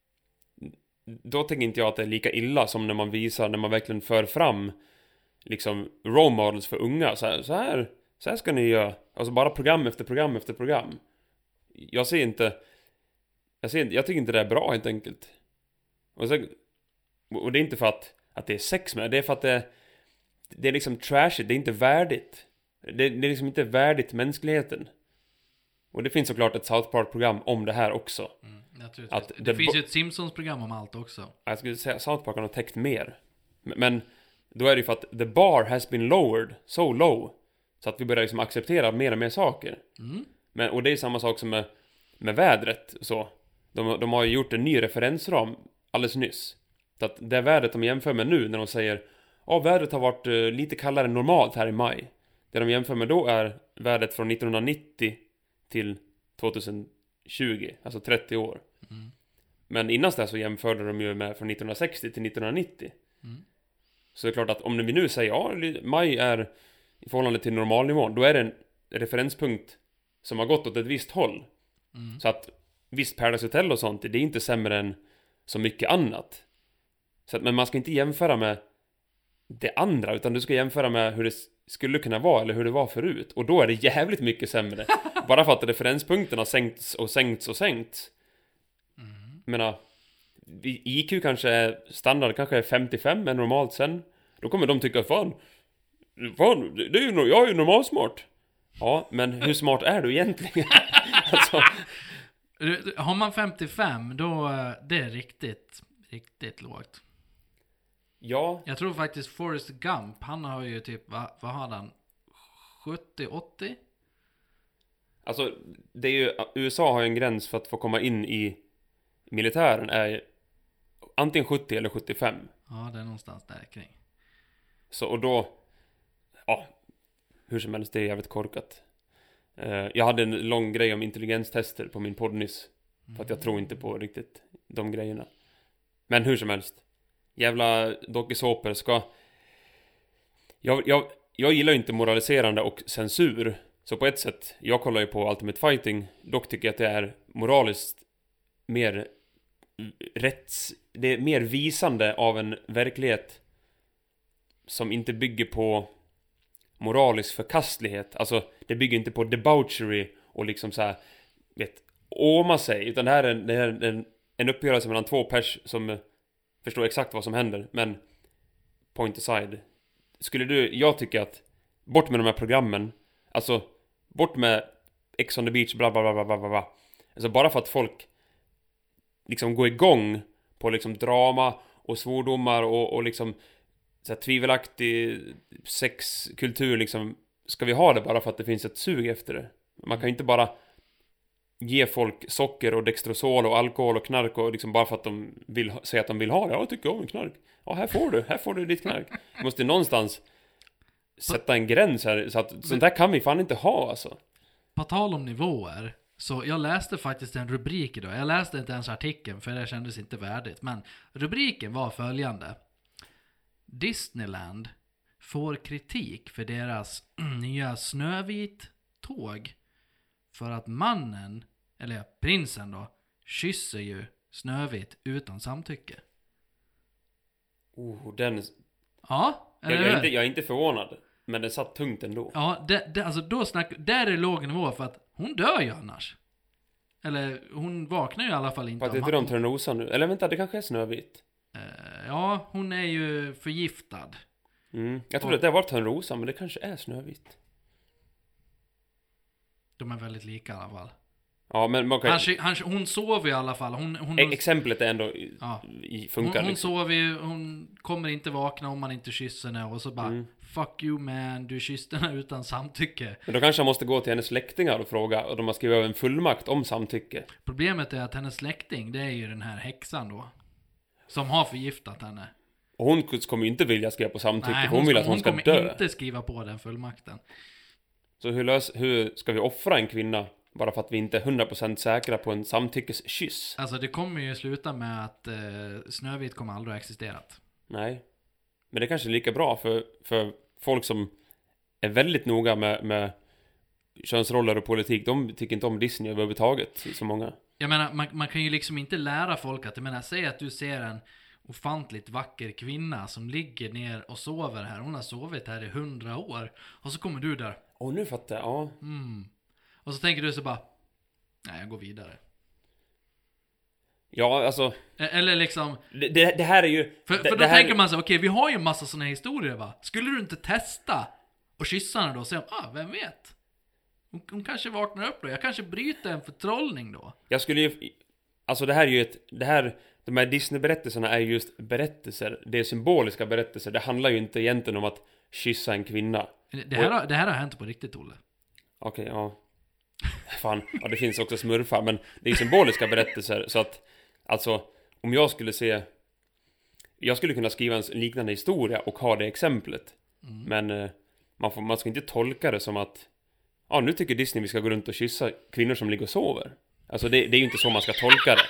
B: då tänker inte jag att det är lika illa som när man visar, när man verkligen för fram liksom role models för unga. Så här, så här, så här ska ni göra. Alltså bara program efter program efter program. Jag ser inte, jag ser inte, jag tycker inte det är bra helt enkelt. Och, så, och det är inte för att, att det är sex med, det är för att det, det är liksom trashigt, det är inte värdigt. Det, det är liksom inte värdigt mänskligheten. Och det finns såklart ett South Park-program om det här också.
C: Mm, naturligtvis.
B: Att
C: det,
B: det
C: finns
B: bo-
C: ju ett Simpsons-program om allt också.
B: Jag skulle säga att South Park har nog täckt mer. Men, men då är det ju för att the bar has been lowered so low. Så att vi börjar liksom acceptera mer och mer saker.
C: Mm.
B: Men, och det är samma sak som med, med vädret. Så. De, de har ju gjort en ny referensram alldeles nyss. Så att det vädret de jämför med nu när de säger ja, vädret har varit uh, lite kallare än normalt här i maj. Det de jämför med då är vädret från nittonhundranittio till tjugohundratjugo. Alltså trettio år.
C: Mm.
B: Men innan det så jämförde de ju med från nittonhundrasextio till nittonhundranittio.
C: Mm.
B: Så det är klart att om vi nu säger ja, maj är i förhållande till normalnivån, då är det en referenspunkt som har gått åt ett visst håll.
C: Mm.
B: Så att visst, Paradise Hotel och sånt, det är inte sämre än så mycket annat. Så att, men man ska inte jämföra med det andra, utan du ska jämföra med hur det skulle kunna vara eller hur det var förut. Och då är det jävligt mycket sämre. Bara för att referenspunkten har sänkts och sänkts och sänkts.
C: Mm.
B: Jag menar, I Q kanske är standard, kanske är femtiofem, men normalt sen. Då kommer de tycka, fan, fan det är ju, jag är ju normalsmart. Ja, men hur smart är du egentligen? Alltså.
C: Har man femtiofem, då det är riktigt, riktigt lågt.
B: Ja.
C: Jag tror faktiskt Forrest Gump, han har ju typ, vad, vad har han? sjuttio åttio?
B: Alltså, det är ju, U S A har ju en gräns för att få komma in i militären är antingen sjuttio eller sjuttiofem.
C: Ja, det är någonstans där kring.
B: Så, och då, ja, hur som helst, det är jävligt korkat. Uh, jag hade en lång grej om intelligenstester på min podd nyss. För att jag tror inte på riktigt de grejerna. Men hur som helst. Jävla dokusåpor ska... Jag, jag, jag gillar ju inte moraliserande och censur. Så på ett sätt, jag kollar ju på Ultimate Fighting. Dock tycker jag att det är moraliskt mer rätts... Det är mer visande av en verklighet som inte bygger på moralisk förkastlighet. Alltså, det bygger inte på debauchery och liksom så här, vet, åma sig. Utan det här är, en, det här är en, en uppgörelse mellan två pers som förstår exakt vad som händer. Men, point aside. Skulle du, jag tycker att bort med de här programmen. Alltså, bort med Ex on the Beach, bla bla bla bla bla bla. Alltså bara för att folk liksom går igång på liksom drama och svordomar och, och liksom så här tvivelaktig sexkultur liksom. Ska vi ha det bara för att det finns ett sug efter det? Man kan ju inte bara ge folk socker och dextrosol och alkohol och knark och liksom bara för att de vill ha, säga att de vill ha det. Ja, jag tycker om knark. Ja, här får du, här får du ditt knark. Du måste någonstans sätta en gräns här, så att sånt där kan vi fan inte ha alltså.
C: På tal om nivåer, så jag läste faktiskt en rubrik idag. Jag läste inte ens artikeln för det kändes inte värdigt, men rubriken var följande: Disneyland får kritik för deras nya Snövit-tåg för att mannen, eller prinsen då, kysser ju Snövit utan samtycke.
B: Oh, den...
C: Ja,
B: jag, jag, är inte, jag är inte förvånad, men den satt tungt ändå.
C: Ja, det, det, alltså då snack, där är låg nivå för att hon dör ju annars. Eller hon vaknar ju i alla fall inte.
B: För att det inte de Törnrosa nu. Eller vänta, det kanske är Snövit.
C: Uh, ja, hon är ju förgiftad.
B: Mm. Jag trodde och, att det var Törnrosa, men det kanske är Snövit.
C: De är väldigt lika i alla fall.
B: Ja, men man kan...
C: han, han, hon sover i alla fall. Hon, hon,
B: e- exemplet är ändå
C: ja.
B: i, funkar.
C: Hon, hon
B: liksom.
C: sover ju, hon kommer inte vakna om man inte kysser henne. Och så bara, mm. fuck you man, du kysste henne utan samtycke.
B: Men då kanske han måste gå till hennes släktingar och fråga. Och de har skrivit över en fullmakt om samtycke.
C: Problemet är att hennes släkting, det är ju den här häxan då. Som har förgiftat henne.
B: Och hon kommer ju inte vilja skriva på samtycke.
C: Nej,
B: hon, hon vill att hon, hon ska dö.
C: Hon kommer inte skriva på den fullmakten.
B: Så hur, lös, hur ska vi offra en kvinna bara för att vi inte är hundra procent säkra på en samtyckeskyss?
C: Alltså det kommer ju sluta med att eh, Snövit kommer aldrig ha existerat.
B: Nej. Men det kanske är lika bra för, för folk som är väldigt noga med, med könsroller och politik. De tycker inte om Disney överhuvudtaget, så många.
C: Jag menar, man, man kan ju liksom inte lära folk att, jag menar, säg att du ser en ofantligt vacker kvinna som ligger ner och sover här. Hon har sovit här i hundra år. Och så kommer du där.
B: Åh, nu fattar jag, ja.
C: Mm. Och så tänker du så bara, nej, jag går vidare.
B: Ja, alltså...
C: Eller liksom...
B: Det, det, det här är ju...
C: För,
B: det,
C: för då
B: det här...
C: tänker man så, okej, okay, vi har ju en massa såna här historier, va? Skulle du inte testa och kyssa henne då och säga, ah, vem vet? Hon, hon kanske vaknar upp då. Jag kanske bryter en förtrollning då.
B: Jag skulle ju... Alltså det här är ju ett... Det här... De här Disney-berättelserna är just berättelser. Det är symboliska berättelser. Det handlar ju inte egentligen om att kyssa en kvinna.
C: Det här, har, det här har hänt på riktigt, Olle.
B: Okej, okay, ja. Fan, ja, det finns också smurfar. Men det är symboliska berättelser. Så att, alltså, om jag skulle se... Jag skulle kunna skriva en liknande historia och ha det exemplet. Mm. Men eh, man, får, man ska inte tolka det som att... Ja, nu tycker Disney vi ska gå runt och kyssa kvinnor som ligger och sover. Alltså, det, det är ju inte så man ska tolka det.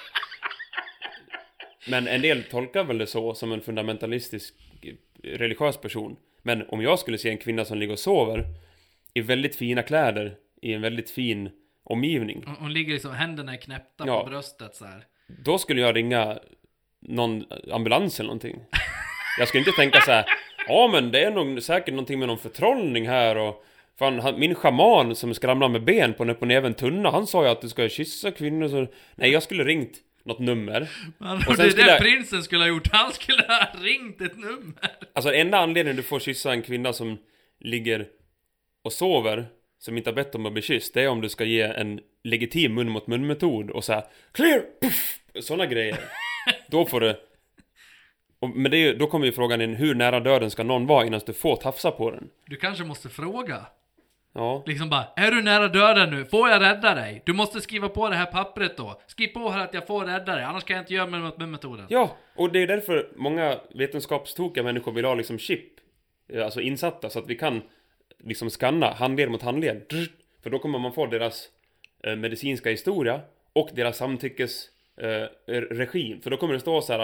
B: Men en del tolkar väl det så, som en fundamentalistisk religiös person. Men om jag skulle se en kvinna som ligger och sover i väldigt fina kläder, i en väldigt fin omgivning.
C: Hon, hon ligger liksom, händerna är knäppta ja, på bröstet så här.
B: Då skulle jag ringa någon ambulans eller någonting. Jag skulle inte tänka så här, ja men det är nog säkert någonting med någon förtrollning här och... Fan, han, min schaman som skramlar med ben på en upp och ner en tunna, han sa ju att du ska kyssa kvinnor så... Nej, jag skulle ringt något nummer.
C: Man, och det är det jag... prinsen skulle ha gjort. Han skulle ha ringt ett nummer.
B: Alltså enda anledningen du får kyssa en kvinna som ligger och sover, som inte har bett om att bli kysst, det är om du ska ge en legitim mun mot mun metod och så här, clear, puff, såna grejer. Då får du... Och, men det är, då kommer ju frågan in, hur nära döden ska någon vara innan du får tafsa på den?
C: Du kanske måste fråga.
B: Ja.
C: Liksom bara, är du nära döden nu? Får jag rädda dig? Du måste skriva på det här pappret då. Skriv på här att jag får rädda dig. Annars kan jag inte göra med, med metoden.
B: Ja, och det är därför många vetenskapstokiga människor vill ha liksom chip. Alltså insatta, så att vi kan liksom skanna handled mot handled. För då kommer man få deras eh, medicinska historia och deras samtyckes eh, regim. För då kommer det stå så här,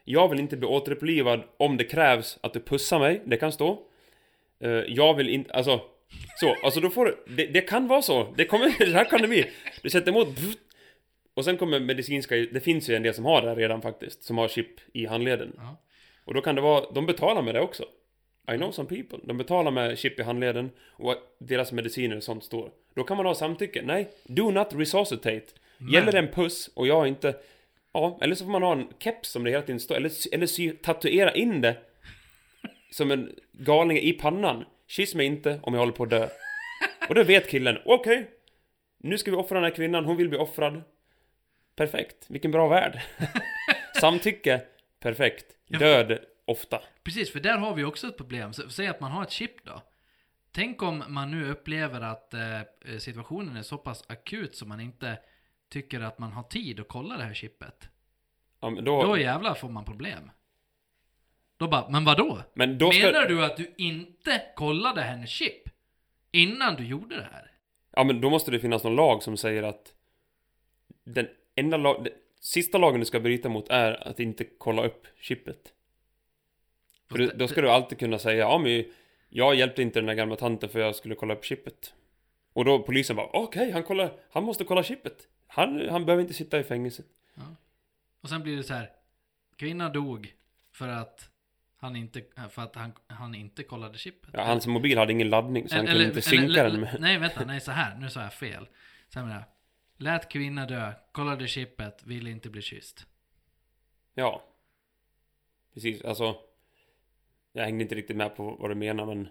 B: Jag vill inte bli återupplivad om det krävs att du pussar mig. Det kan stå. Uh, jag vill inte, alltså så, alltså då får det, det kan vara så. Det kommer, det här kan det bli. Du sätter emot och sen kommer medicinska, det finns ju en del som har det här redan faktiskt, som har chip i handleden.
C: Ja.
B: Och då kan det vara, de betalar med det också. I know some people. De betalar med chip i handleden och deras mediciner och sånt står. Då kan man ha samtycke. Nej, do not resuscitate.
C: Men.
B: Gäller det en puss och jag inte... Ja, eller så får man ha en keps som det hela tiden står. Eller, eller sy, tatuera in det som en galning i pannan. Kyss mig inte om jag håller på att dö. Och då vet killen, okej, okay, nu ska vi offra den här kvinnan, hon vill bli offrad. Perfekt, vilken bra värld. Samtycke, perfekt. Död, ofta.
C: Precis, för där har vi också ett problem. Så, säg att man har ett chip då. Tänk om man nu upplever att eh, situationen är så pass akut som man inte tycker att man har tid att kolla det här chippet.
B: Ja, men då...
C: då jävlar får man problem. Då bara, men vadå?
B: Men då ska...
C: Menar du att du inte kollade hennes chip innan du gjorde det här?
B: Ja, men då måste det finnas någon lag som säger att den enda lag... den sista lagen du ska bryta mot är att inte kolla upp chippet. För
C: det,
B: då ska det... du alltid kunna säga, ja men jag hjälpte inte den där gamla tanten för jag skulle kolla upp chippet. Och då polisen bara, okej, okay, han kollar, han måste kolla chippet. Han, han behöver inte sitta i fängelset.
C: Ja. Och sen blir det så här, kvinnan dog för att han inte, för att han, han inte kollade chippet.
B: Ja, hans mobil hade ingen laddning så han
C: eller,
B: kunde inte synka
C: eller,
B: den med.
C: Nej, vänta, nej så här, nu sa jag fel. Så här, lät kvinna dö, kollade chippet, ville inte bli kysst.
B: Ja. Precis, alltså jag hängde inte riktigt med på vad du menar, men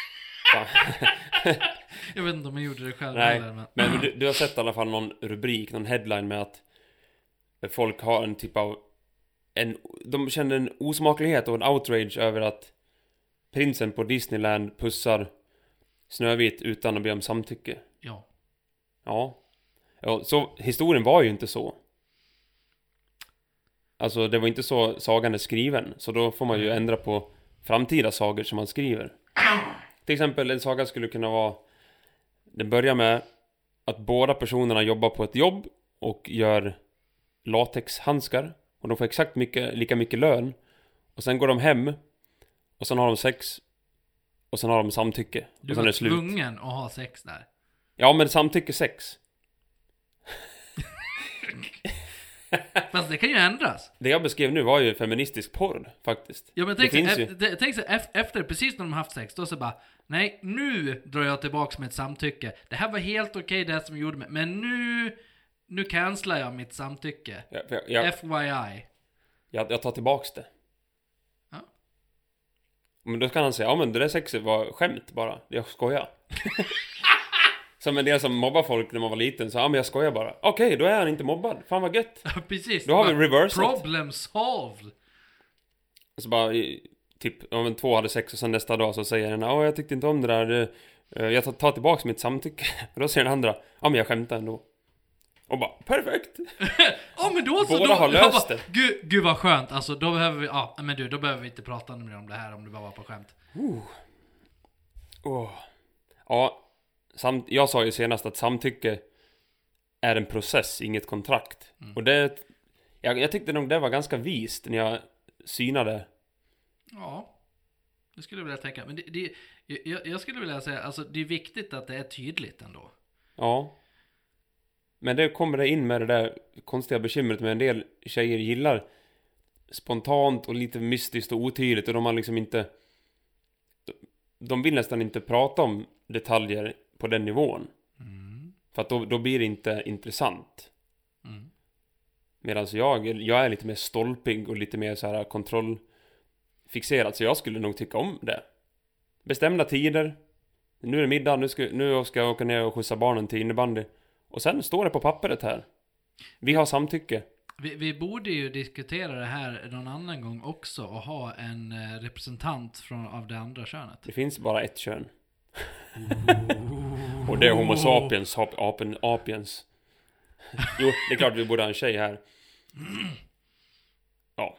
C: jag vet inte om jag gjorde det själv.
B: Nej,
C: heller, men,
B: men du, du har sett i alla fall någon rubrik, någon headline med att folk har en typ av en, de känner en osmaklighet och en outrage över att prinsen på Disneyland pussar Snövit utan att be om samtycke.
C: Ja.
B: Ja. Ja, så historien var ju inte så. Alltså det var inte så sagan är skriven. Så då får man ju ändra på framtida sagor som man skriver. Till exempel en saga skulle kunna vara, den börjar med att båda personerna jobbar på ett jobb och gör latexhandskar. Och de får exakt mycket, lika mycket lön. Och sen går de hem. Och sen har de sex. Och sen har de samtycke.
C: Du
B: och sen
C: var
B: är det slut.
C: tvungen att ha sex där.
B: Ja, men samtycke sex.
C: Fast det kan ju ändras.
B: Det jag beskrev nu var ju feministisk porr, faktiskt.
C: Ja, men tänk
B: det
C: sig,
B: finns ju...
C: efter, tänk sig efter, precis när de haft sex, då så bara, nej, nu drar jag tillbaks med ett samtycke. Det här var helt okej okay, det som gjorde mig, men nu, nu cancelar jag mitt samtycke.
B: Ja, jag, jag,
C: F Y I.
B: jag, jag tar tillbaks det.
C: Ja.
B: Men då kan han säga, ja men det där sexet var skämt bara, jag skojar. Som en del som mobbar folk när man var liten, så ja men jag skojar bara. Okej, okay, då är han inte mobbad, fan vad gött.
C: Ja, precis.
B: Då har vi reversat.
C: Problem solved.
B: Så bara, typ, om två hade sex och sen nästa dag så säger den, ja jag tyckte inte om det där, jag tar, tar tillbaks mitt samtycke. Och då säger den andra, ja men jag skämtar ändå. Och bara, perfekt.
C: Ja men då så,
B: båda
C: då,
B: har löst
C: bara,
B: det.
C: Gud, gud vad skönt, alltså då behöver vi, ja men du, då behöver vi inte prata mer om det här om det bara var på skämt.
B: Uh. Oh. Ja, samt, jag sa ju senast att samtycke är en process, inget kontrakt. Mm. Och det, jag, jag tyckte nog det var ganska vist när jag synade.
C: Ja, det skulle jag vilja tänka. Men det, det, jag, jag skulle vilja säga, alltså det är viktigt att det är tydligt ändå.
B: Ja. Men det kommer det in med det där konstiga bekymret med en del tjejer gillar spontant och lite mystiskt och otydligt. Och de har liksom inte, de vill nästan inte prata om detaljer på den nivån. Mm. För att då, då blir det inte intressant. Mm. Medan jag, jag är lite mer stolpig och lite mer så här kontrollfixerad. Så jag skulle nog tycka om det. Bestämda tider. Nu är det middag, nu ska, nu ska jag åka ner och skjutsa barnen till innebandy. Och sen står det på pappret här. Vi har samtycke.
C: Vi, vi borde ju diskutera det här någon annan gång också. Och ha en representant från, av det andra könet.
B: Det finns bara ett kön. Och det är homo sapiens, apen, apiens. Jo, det är klart vi borde ha en tjej här. Ja.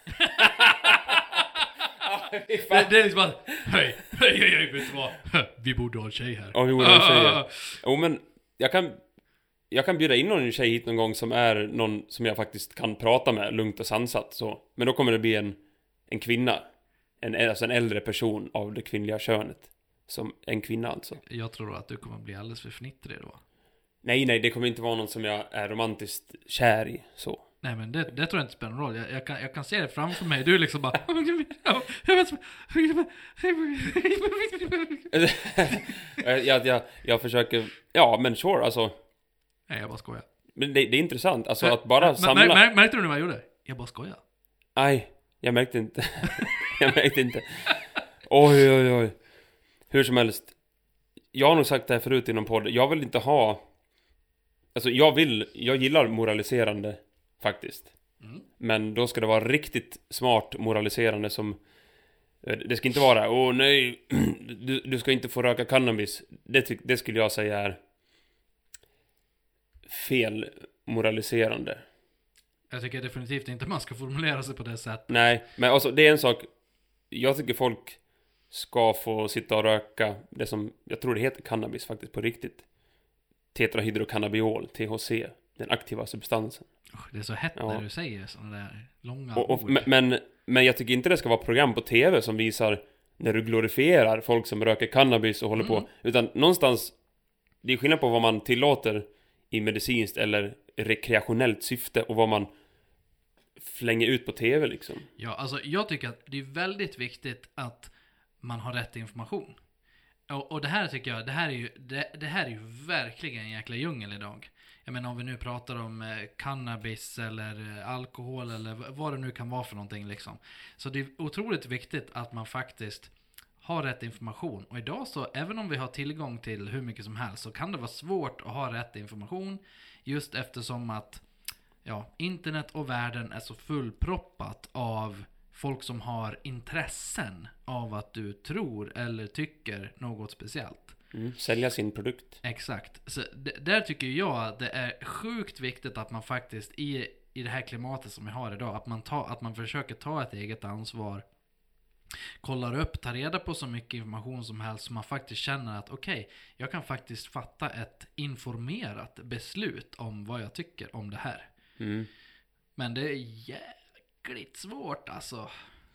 C: det, det är liksom bara, hej, hej, hej, hej, vet du vad? Vi borde ha en tjej här.
B: Ja, vi borde ha en tjej här. Jo, men jag kan... jag kan bjuda in någon tjej hit någon gång som är någon som jag faktiskt kan prata med lugnt och sansat så. Men då kommer det bli en, en kvinna. En, alltså en äldre person av det kvinnliga könet. Som en kvinna alltså.
C: Jag tror att du kommer bli alldeles för fnittrig då.
B: Nej, nej, det kommer inte vara någon som jag är romantiskt kär i så.
C: Nej, men det, det tror jag inte spelar någon roll. Jag, jag, kan, jag kan se det framför mig. Du är liksom bara...
B: jag, jag, jag försöker... Ja, men sure, alltså...
C: Nej, jag bara skojar.
B: Men det, det är intressant, alltså
C: Men,
B: att bara
C: men,
B: samla...
C: Mär, mär, märkte du nu vad jag gjorde? Jag bara skojar.
B: Nej, jag märkte inte. jag märkte inte. Oj, oj, oj. Hur som helst. Jag har nog sagt det här förut i någon podd. Jag vill inte ha... Alltså, jag vill... Jag gillar moraliserande, faktiskt.
C: Mm.
B: Men då ska det vara riktigt smart moraliserande som... Det ska inte vara, åh nej, du, du ska inte få röka cannabis. Det, det skulle jag säga är fel moraliserande.
C: Jag tycker definitivt inte man ska formulera sig på det sättet.
B: Nej, men alltså det är en sak. Jag tycker folk ska få sitta och röka det som, jag tror det heter cannabis faktiskt på riktigt. Tetrahydrocannabiol, T H C, den aktiva substansen.
C: Det är så hett
B: Ja.
C: när du säger sådana där långa
B: Och, och,
C: ord.
B: men, men, men jag tycker inte det ska vara program på tv som visar när du glorifierar folk som röker cannabis och håller
C: Mm.
B: på. Utan någonstans, det är skillnad på vad man tillåter i medicinskt eller rekreationellt syfte och vad man flänger ut på tv liksom.
C: Ja, alltså jag tycker att det är väldigt viktigt att man har rätt information. Och, och det här tycker jag, det här är ju det, det här är ju verkligen en jäkla djungel idag. Jag menar om vi nu pratar om eh, cannabis eller eh, alkohol eller v- vad det nu kan vara för någonting liksom. Så det är otroligt viktigt att man faktiskt har rätt information. Och idag så, även om vi har tillgång till hur mycket som helst, så kan det vara svårt att ha rätt information. Just eftersom att ja, internet och världen är så fullproppat av folk som har intressen av att du tror eller tycker något speciellt.
B: Mm. Sälja sin produkt.
C: Exakt. Så d- där tycker jag att det är sjukt viktigt att man faktiskt i, i det här klimatet som vi har idag, att man, tar, att man försöker ta ett eget ansvar, kollar upp, tar reda på så mycket information som helst så man faktiskt känner att okej, okay, jag kan faktiskt fatta ett informerat beslut om vad jag tycker om det här.
B: Mm.
C: Men det är jäkligt svårt alltså.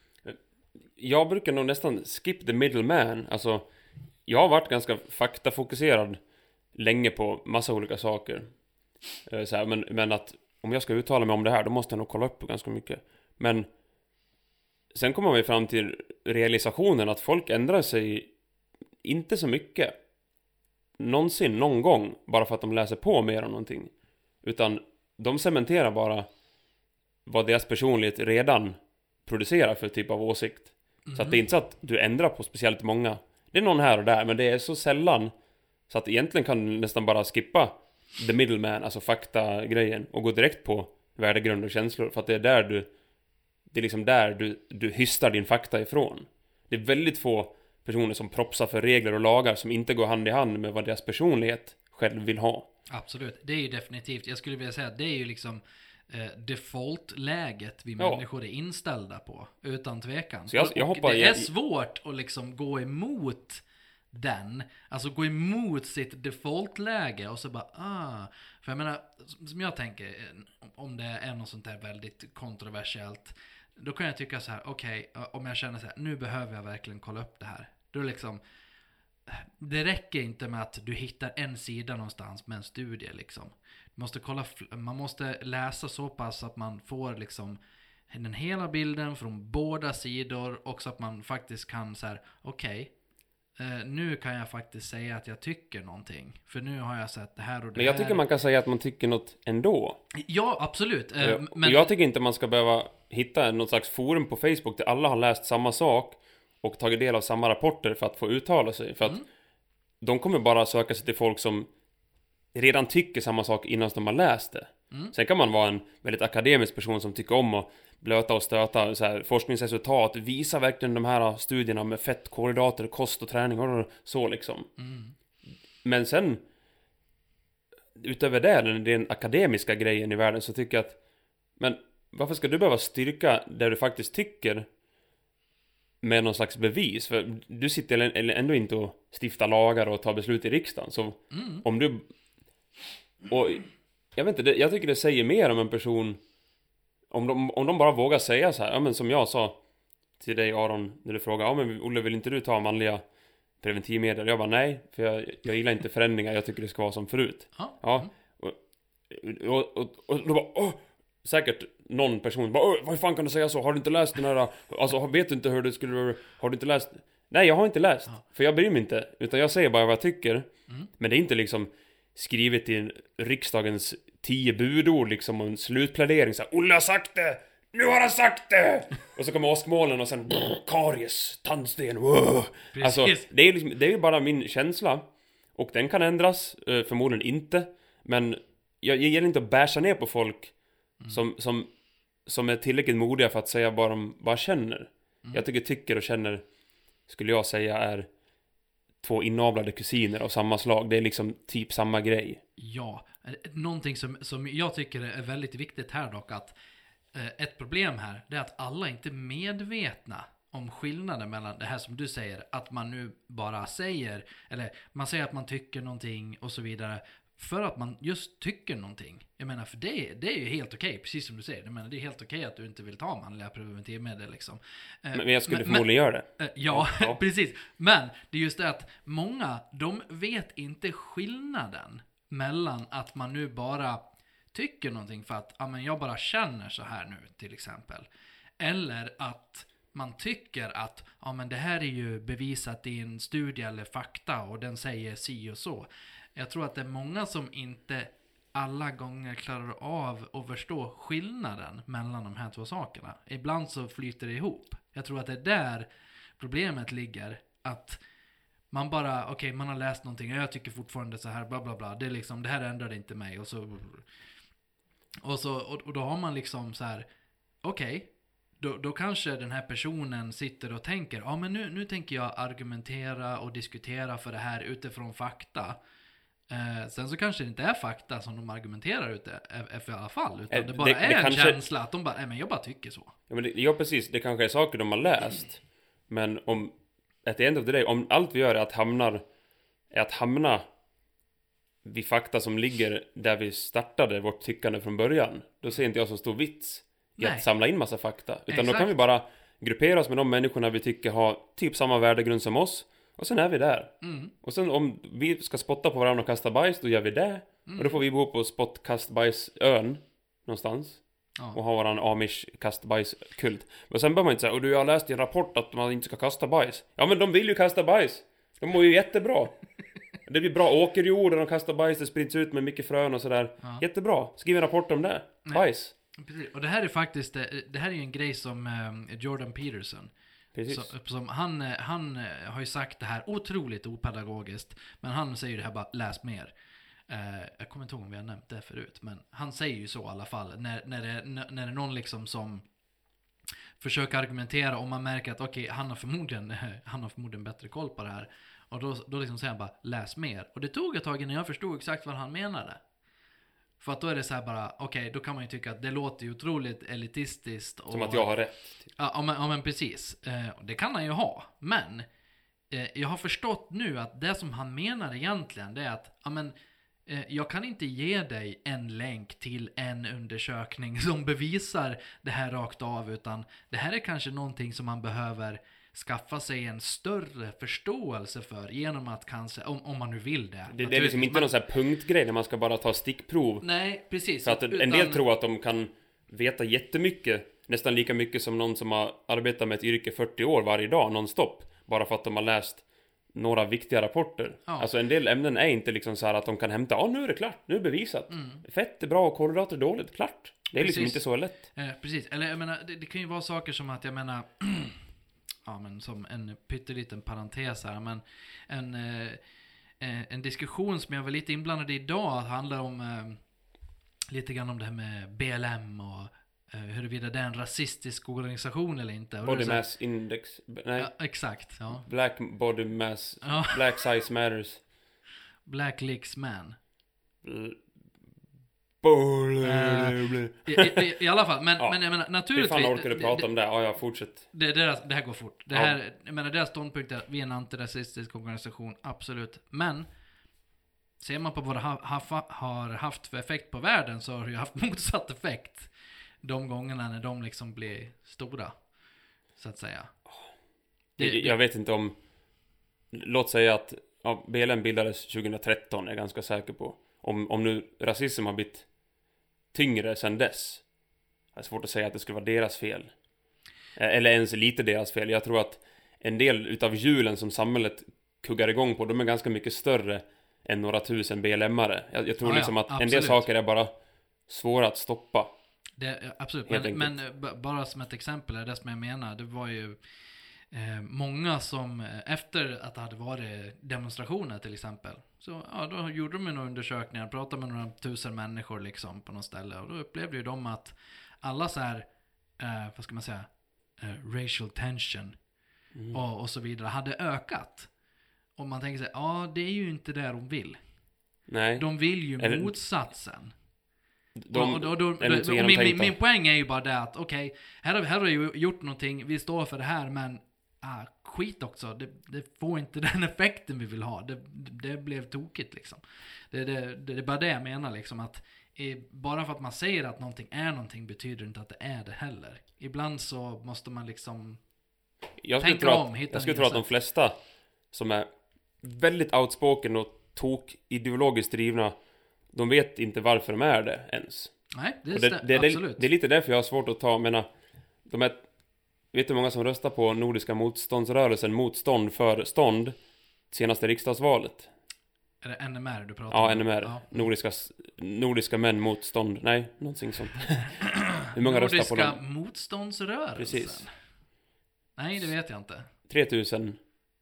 B: Jag brukar nog nästan skip the middleman. Alltså, jag har varit ganska faktafokuserad länge på massa olika saker. Eh, så här, men, men att om jag ska uttala mig om det här, då måste jag nog kolla upp på ganska mycket. Men sen kommer vi fram till realisationen att folk ändrar sig inte så mycket någonsin, någon gång, bara för att de läser på mer om någonting. Utan de cementerar bara vad deras personlighet redan producerar för typ av åsikt. Mm. Så att det är inte så att du ändrar på speciellt många. Det är någon här och där, men det är så sällan så att egentligen kan du nästan bara skippa the middleman, alltså fakta-grejen, och gå direkt på värdegrund och känslor. För att det är där du det är liksom där du, du hystar din fakta ifrån. Det är väldigt få personer som propsar för regler och lagar som inte går hand i hand med vad deras personlighet själv vill ha.
C: Absolut, det är ju definitivt, jag skulle vilja säga att det är ju liksom eh, default-läget vi
B: Ja.
C: människor är inställda på, utan tvekan.
B: Så jag, jag
C: och
B: hoppar
C: det
B: jag,
C: är svårt att liksom gå emot den, alltså gå emot sitt default-läge och så bara, ah, för jag menar, som jag tänker, om det är något sånt där väldigt kontroversiellt, då kan jag tycka så här, okej, okay, om jag känner så här, nu behöver jag verkligen kolla upp det här. Då liksom, det räcker inte med att du hittar en sida någonstans med en studie liksom. Du måste kolla, man måste läsa så pass att man får liksom den hela bilden från båda sidor, och så att man faktiskt kan så här, okej, okay, Uh, nu kan jag faktiskt säga att jag tycker någonting. För nu har jag sett det här och det
B: Men jag
C: här.
B: tycker man kan säga att man tycker något ändå.
C: Ja, absolut. Uh,
B: Uh,
C: men...
B: Jag tycker inte man ska behöva hitta något slags forum på Facebook där alla har läst samma sak och tagit del av samma rapporter för att få uttala sig. För att
C: Mm.
B: de kommer bara söka sig till folk som redan tycker samma sak innan de har läst det.
C: Mm.
B: Sen kan man vara en väldigt akademisk person som tycker om att blöta och stöta så här, forskningsresultat, visa verkligen de här studierna med fett, kolhydrater, kost och träning och så liksom.
C: Mm.
B: Men sen utöver det, den akademiska grejen i världen, så tycker jag att men varför ska du behöva styrka det du faktiskt tycker med någon slags bevis? För du sitter ändå inte och stiftar lagar och tar beslut i riksdagen. Så
C: Mm.
B: om du Och jag vet inte, det, jag tycker det säger mer om en person om de, om de bara vågar säga så här, ja men som jag sa till dig Aron när du frågade, ja men Olle, vill inte du ta manliga preventivmedel? Jag bara nej, för jag, jag gillar inte förändringar, jag tycker det ska vara som förut.
C: Ja.
B: Ja. Och, och, och, och då bara, åh, säkert någon person bara, vad fan kan du säga så? Har du inte läst den här, alltså vet du inte hur det skulle, har du inte läst? Nej, jag har inte läst, ja. För jag bryr mig inte, utan jag säger bara vad jag tycker. Mm. Men det är inte liksom skrivet i riksdagens tio budord liksom, och en slutplädering så här, Olle har sagt det! Nu har han sagt det! Och så kommer åskmålen och sen brr, karies, tandsten, wow. Alltså, det är liksom, det är ju bara min känsla. Och den kan ändras, förmodligen inte. Men jag, jag gillar inte att bärsa ner på folk mm. som, som, som är tillräckligt modiga för att säga vad de bara känner. Mm. Jag tycker tycker och känner, skulle jag säga, är två inavlade kusiner av samma slag. Det är liksom typ samma grej.
C: Ja, någonting som, som jag tycker är väldigt viktigt här dock, att eh, ett problem här, det är att alla inte är medvetna om skillnaden mellan det här som du säger, att man nu bara säger, eller man säger att man tycker någonting och så vidare, för att man just tycker någonting. Jag menar, för det, det är ju helt okej, precis som du säger. Jag menar, det är helt okej att du inte vill ta manliga preventivmedel liksom.
B: Men jag skulle men, förmodligen men, göra det.
C: Ja, ja. Precis. Men det är just det att många, de vet inte skillnaden mellan att man nu bara tycker någonting för att ja, men jag bara känner så här nu till exempel. Eller att man tycker att ja, men det här är ju bevisat i en studie eller fakta och den säger si och så. Jag tror att det är många som inte alla gånger klarar av att förstå skillnaden mellan de här två sakerna. Ibland så flyter det ihop. Jag tror att det är där problemet ligger. Att man bara, okej, okay, man har läst någonting och jag tycker fortfarande så här, bla bla bla. Det är liksom, det här ändrar inte mig. Och så, och så och, och då har man liksom så här, okej. Okay, Då, då kanske den här personen sitter och tänker, ja men nu, nu tänker jag argumentera och diskutera för det här utifrån fakta. Eh, sen så kanske det inte är fakta som de argumenterar ute för i alla fall, utan det bara det, är det en kanske... känsla att de bara, nej men jag bara tycker så.
B: Ja, men det, ja precis, det kanske är saker de har läst. Men om, at the end of the day, om allt vi gör är att hamnar, är att hamna vid fakta som ligger där vi startade vårt tyckande från början, då ser inte jag så stor vits i att samla in massa fakta. Utan Exakt. Då kan vi bara gruppera oss med de människorna vi tycker har typ samma värdegrund som oss. Och sen är vi där. Mm. Och sen om vi ska spotta på varandra och kasta bajs, då gör vi det. Mm. Och då får vi bo på spott kast bajs ön någonstans. Ja. Och ha våran amish kast bajs kult. Men sen behöver man inte säga, och du har läst i en rapport att man inte ska kasta bajs. Ja men de vill ju kasta bajs. De mår ju jättebra. Det blir bra åkerjord och de kastar bajs, det sprids ut med mycket frön och sådär. Ja. Jättebra. Skriv en rapport om det. Nej. Bajs.
C: Precis. Och det här är faktiskt, det här är ju en grej som eh, Jordan Peterson, så, som han, han har ju sagt det här otroligt opedagogiskt, men han säger det här bara, läs mer. Eh, jag kommer inte ihåg om vi har nämnt det förut, men han säger ju så i alla fall, när, när, det, när det är någon liksom som försöker argumentera och man märker att okej, okay, han har förmodligen han har förmodligen bättre koll på det här, och då, då liksom säger han bara, läs mer. Och det tog ett tag innan jag förstod exakt vad han menade. För att då är det så här bara, okej, okay, då kan man ju tycka att det låter ju otroligt elitistiskt. Och,
B: som att jag har rätt. Typ.
C: Ja, ja, men, ja, men precis. Eh, det kan han ju ha. Men eh, jag har förstått nu att det som han menar egentligen, det är att ja, men, eh, jag kan inte ge dig en länk till en undersökning som bevisar det här rakt av, utan det här är kanske någonting som man behöver skaffa sig en större förståelse för genom att kanske, om, om man nu vill det.
B: Det, det är liksom inte man, någon sån här punktgrej när man ska bara ta stickprov.
C: Nej, precis.
B: Så att utan, en del tror att de kan veta jättemycket, nästan lika mycket som någon som har arbetat med ett yrke fyrtio år varje dag, nonstop. Bara för att de har läst några viktiga rapporter. Ja. Alltså en del ämnen är inte liksom så här att de kan hämta, ja nu är det klart, nu är det bevisat. Mm. Fett är bra och kolhydrater är dåligt, klart. Det är precis. Liksom inte så lätt.
C: Eh, precis, eller jag menar, det, det kan ju vara saker som att jag menar ja, men som en pytteliten parentes här, men en, eh, en diskussion som jag var lite inblandad i idag handlar om eh, lite grann om det här med B L M och eh, huruvida det är en rasistisk organisation eller inte.
B: Body Mass Index, nej.
C: Ja, exakt, ja.
B: Black Body Mass, ja. Black Size Matters.
C: Black Lives Man.
B: Bl-
C: Uh, i, i, I alla fall, men, ja. men jag menar naturligtvis.
B: Hur fan orkar du prata det, om det? Ja, ja, fortsätt.
C: Det, det, det här går fort. Det här, ja. Jag menar, deras ståndpunkt är att vi är en antirasistisk organisation, absolut. Men ser man på vad det ha, ha, har haft för effekt på världen, så har det ju haft motsatt effekt de gångerna när de liksom blir stora, så att säga. Det,
B: jag, jag vet inte om, låt säga att ja, B L M bildades tjugohundratretton, är jag ganska säker på. Om, om nu rasism har blivit tyngre sedan dess, det är svårt att säga att det skulle vara deras fel. Eller ens lite deras fel. Jag tror att en del utav hjulen som samhället kuggar igång på, de är ganska mycket större än några tusen B L M-are. Jag, jag tror
C: ja,
B: liksom
C: ja,
B: att
C: absolut.
B: en del saker är bara svåra att stoppa.
C: Det, absolut,
B: Helt
C: men, men
B: enkelt.
C: b- bara som ett exempel är det som jag menar. Det var ju eh, många som eh, efter att det hade varit demonstrationer till exempel, så ja, då gjorde de några undersökningar, pratade med några tusen människor liksom på något ställe, och då upplevde ju de att alla så här, eh, vad ska man säga, eh, racial tension
B: Mm.
C: och, och så vidare hade ökat. Och man tänker sig, ja, det är ju inte det de vill.
B: Nej.
C: De vill ju
B: Eller-
C: motsatsen.
B: De,
C: och, och, då,
B: är inte så
C: och min, min,
B: genomtänkta.
C: min poäng är ju bara det att okej, okay, här, har vi- här har vi ju gjort någonting, vi står för det här, men ah, skit också, det, det får inte den effekten vi vill ha, det, det blev tokigt liksom. Det, det, det är bara det jag menar liksom, att eh, bara för att man säger att någonting är någonting betyder inte att det är det heller. Ibland så måste man liksom
B: Jag skulle
C: tänka
B: tro
C: om,
B: att,
C: hitta
B: jag skulle
C: nya
B: tro att de
C: sätt.
B: flesta som är väldigt outspoken och tok ideologiskt drivna, de vet inte varför de är det ens.
C: Nej, det,
B: Och det,
C: stä-
B: det, det,
C: absolut.
B: det är lite därför jag har svårt att ta, menar, de är, vet du hur många som röstar på Nordiska motståndsrörelsen motstånd för stånd senaste riksdagsvalet?
C: Är det N M R du pratar om?
B: Ja, N M R.
C: Ja.
B: Nordiska, nordiska män motstånd. Nej, någonting sånt. Hur många röstar på
C: Nordiska
B: dem?
C: motståndsrörelsen?
B: Precis.
C: Nej, det vet jag inte.
B: tre tusen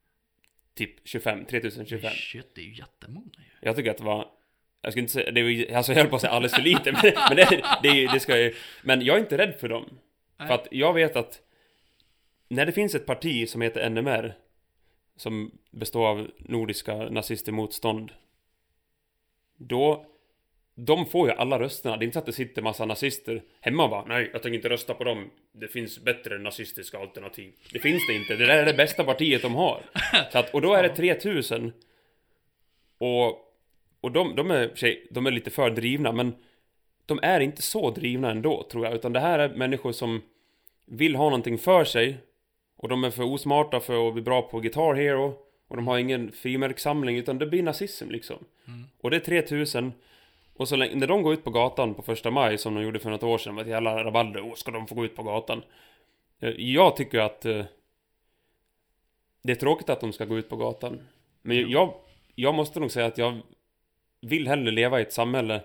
B: typ tjugofem, tre tusen tjugofem.
C: Shit, det är ju jättemånga ju.
B: Jag tycker att det var, jag ska inte säga, det var, alltså jag höll på att säga alldeles för lite, men, men det, det, det ska jag, men jag är inte rädd för dem.
C: Nej.
B: För att jag vet att när det finns ett parti som heter N M R, som består av nordiska nazister motstånd, då de får ju alla rösterna. Det är inte så att det sitter massa nazister hemma och bara, nej, jag tänker inte rösta på dem. Det finns bättre nazistiska alternativ. Det finns det inte. Det där är det bästa partiet de har. Så att, och då är det tre tusen. Och, och de, de, är, tjej, de är lite för drivna, men de är inte så drivna ändå, tror jag. Utan det här är människor som vill ha någonting för sig. Och de är för osmarta för att bli bra på Guitar Hero. Och de har ingen frimärkssamling, utan det blir nazism liksom.
C: Mm.
B: Och det är tre tusen. Och så länge, när de går ut på gatan på första maj, som de gjorde för något år sedan, med ett jävla rabalder, åh, ska de få gå ut på gatan? Jag tycker att eh, det är tråkigt att de ska gå ut på gatan. Men jag, jag måste nog säga att jag vill hellre leva i ett samhälle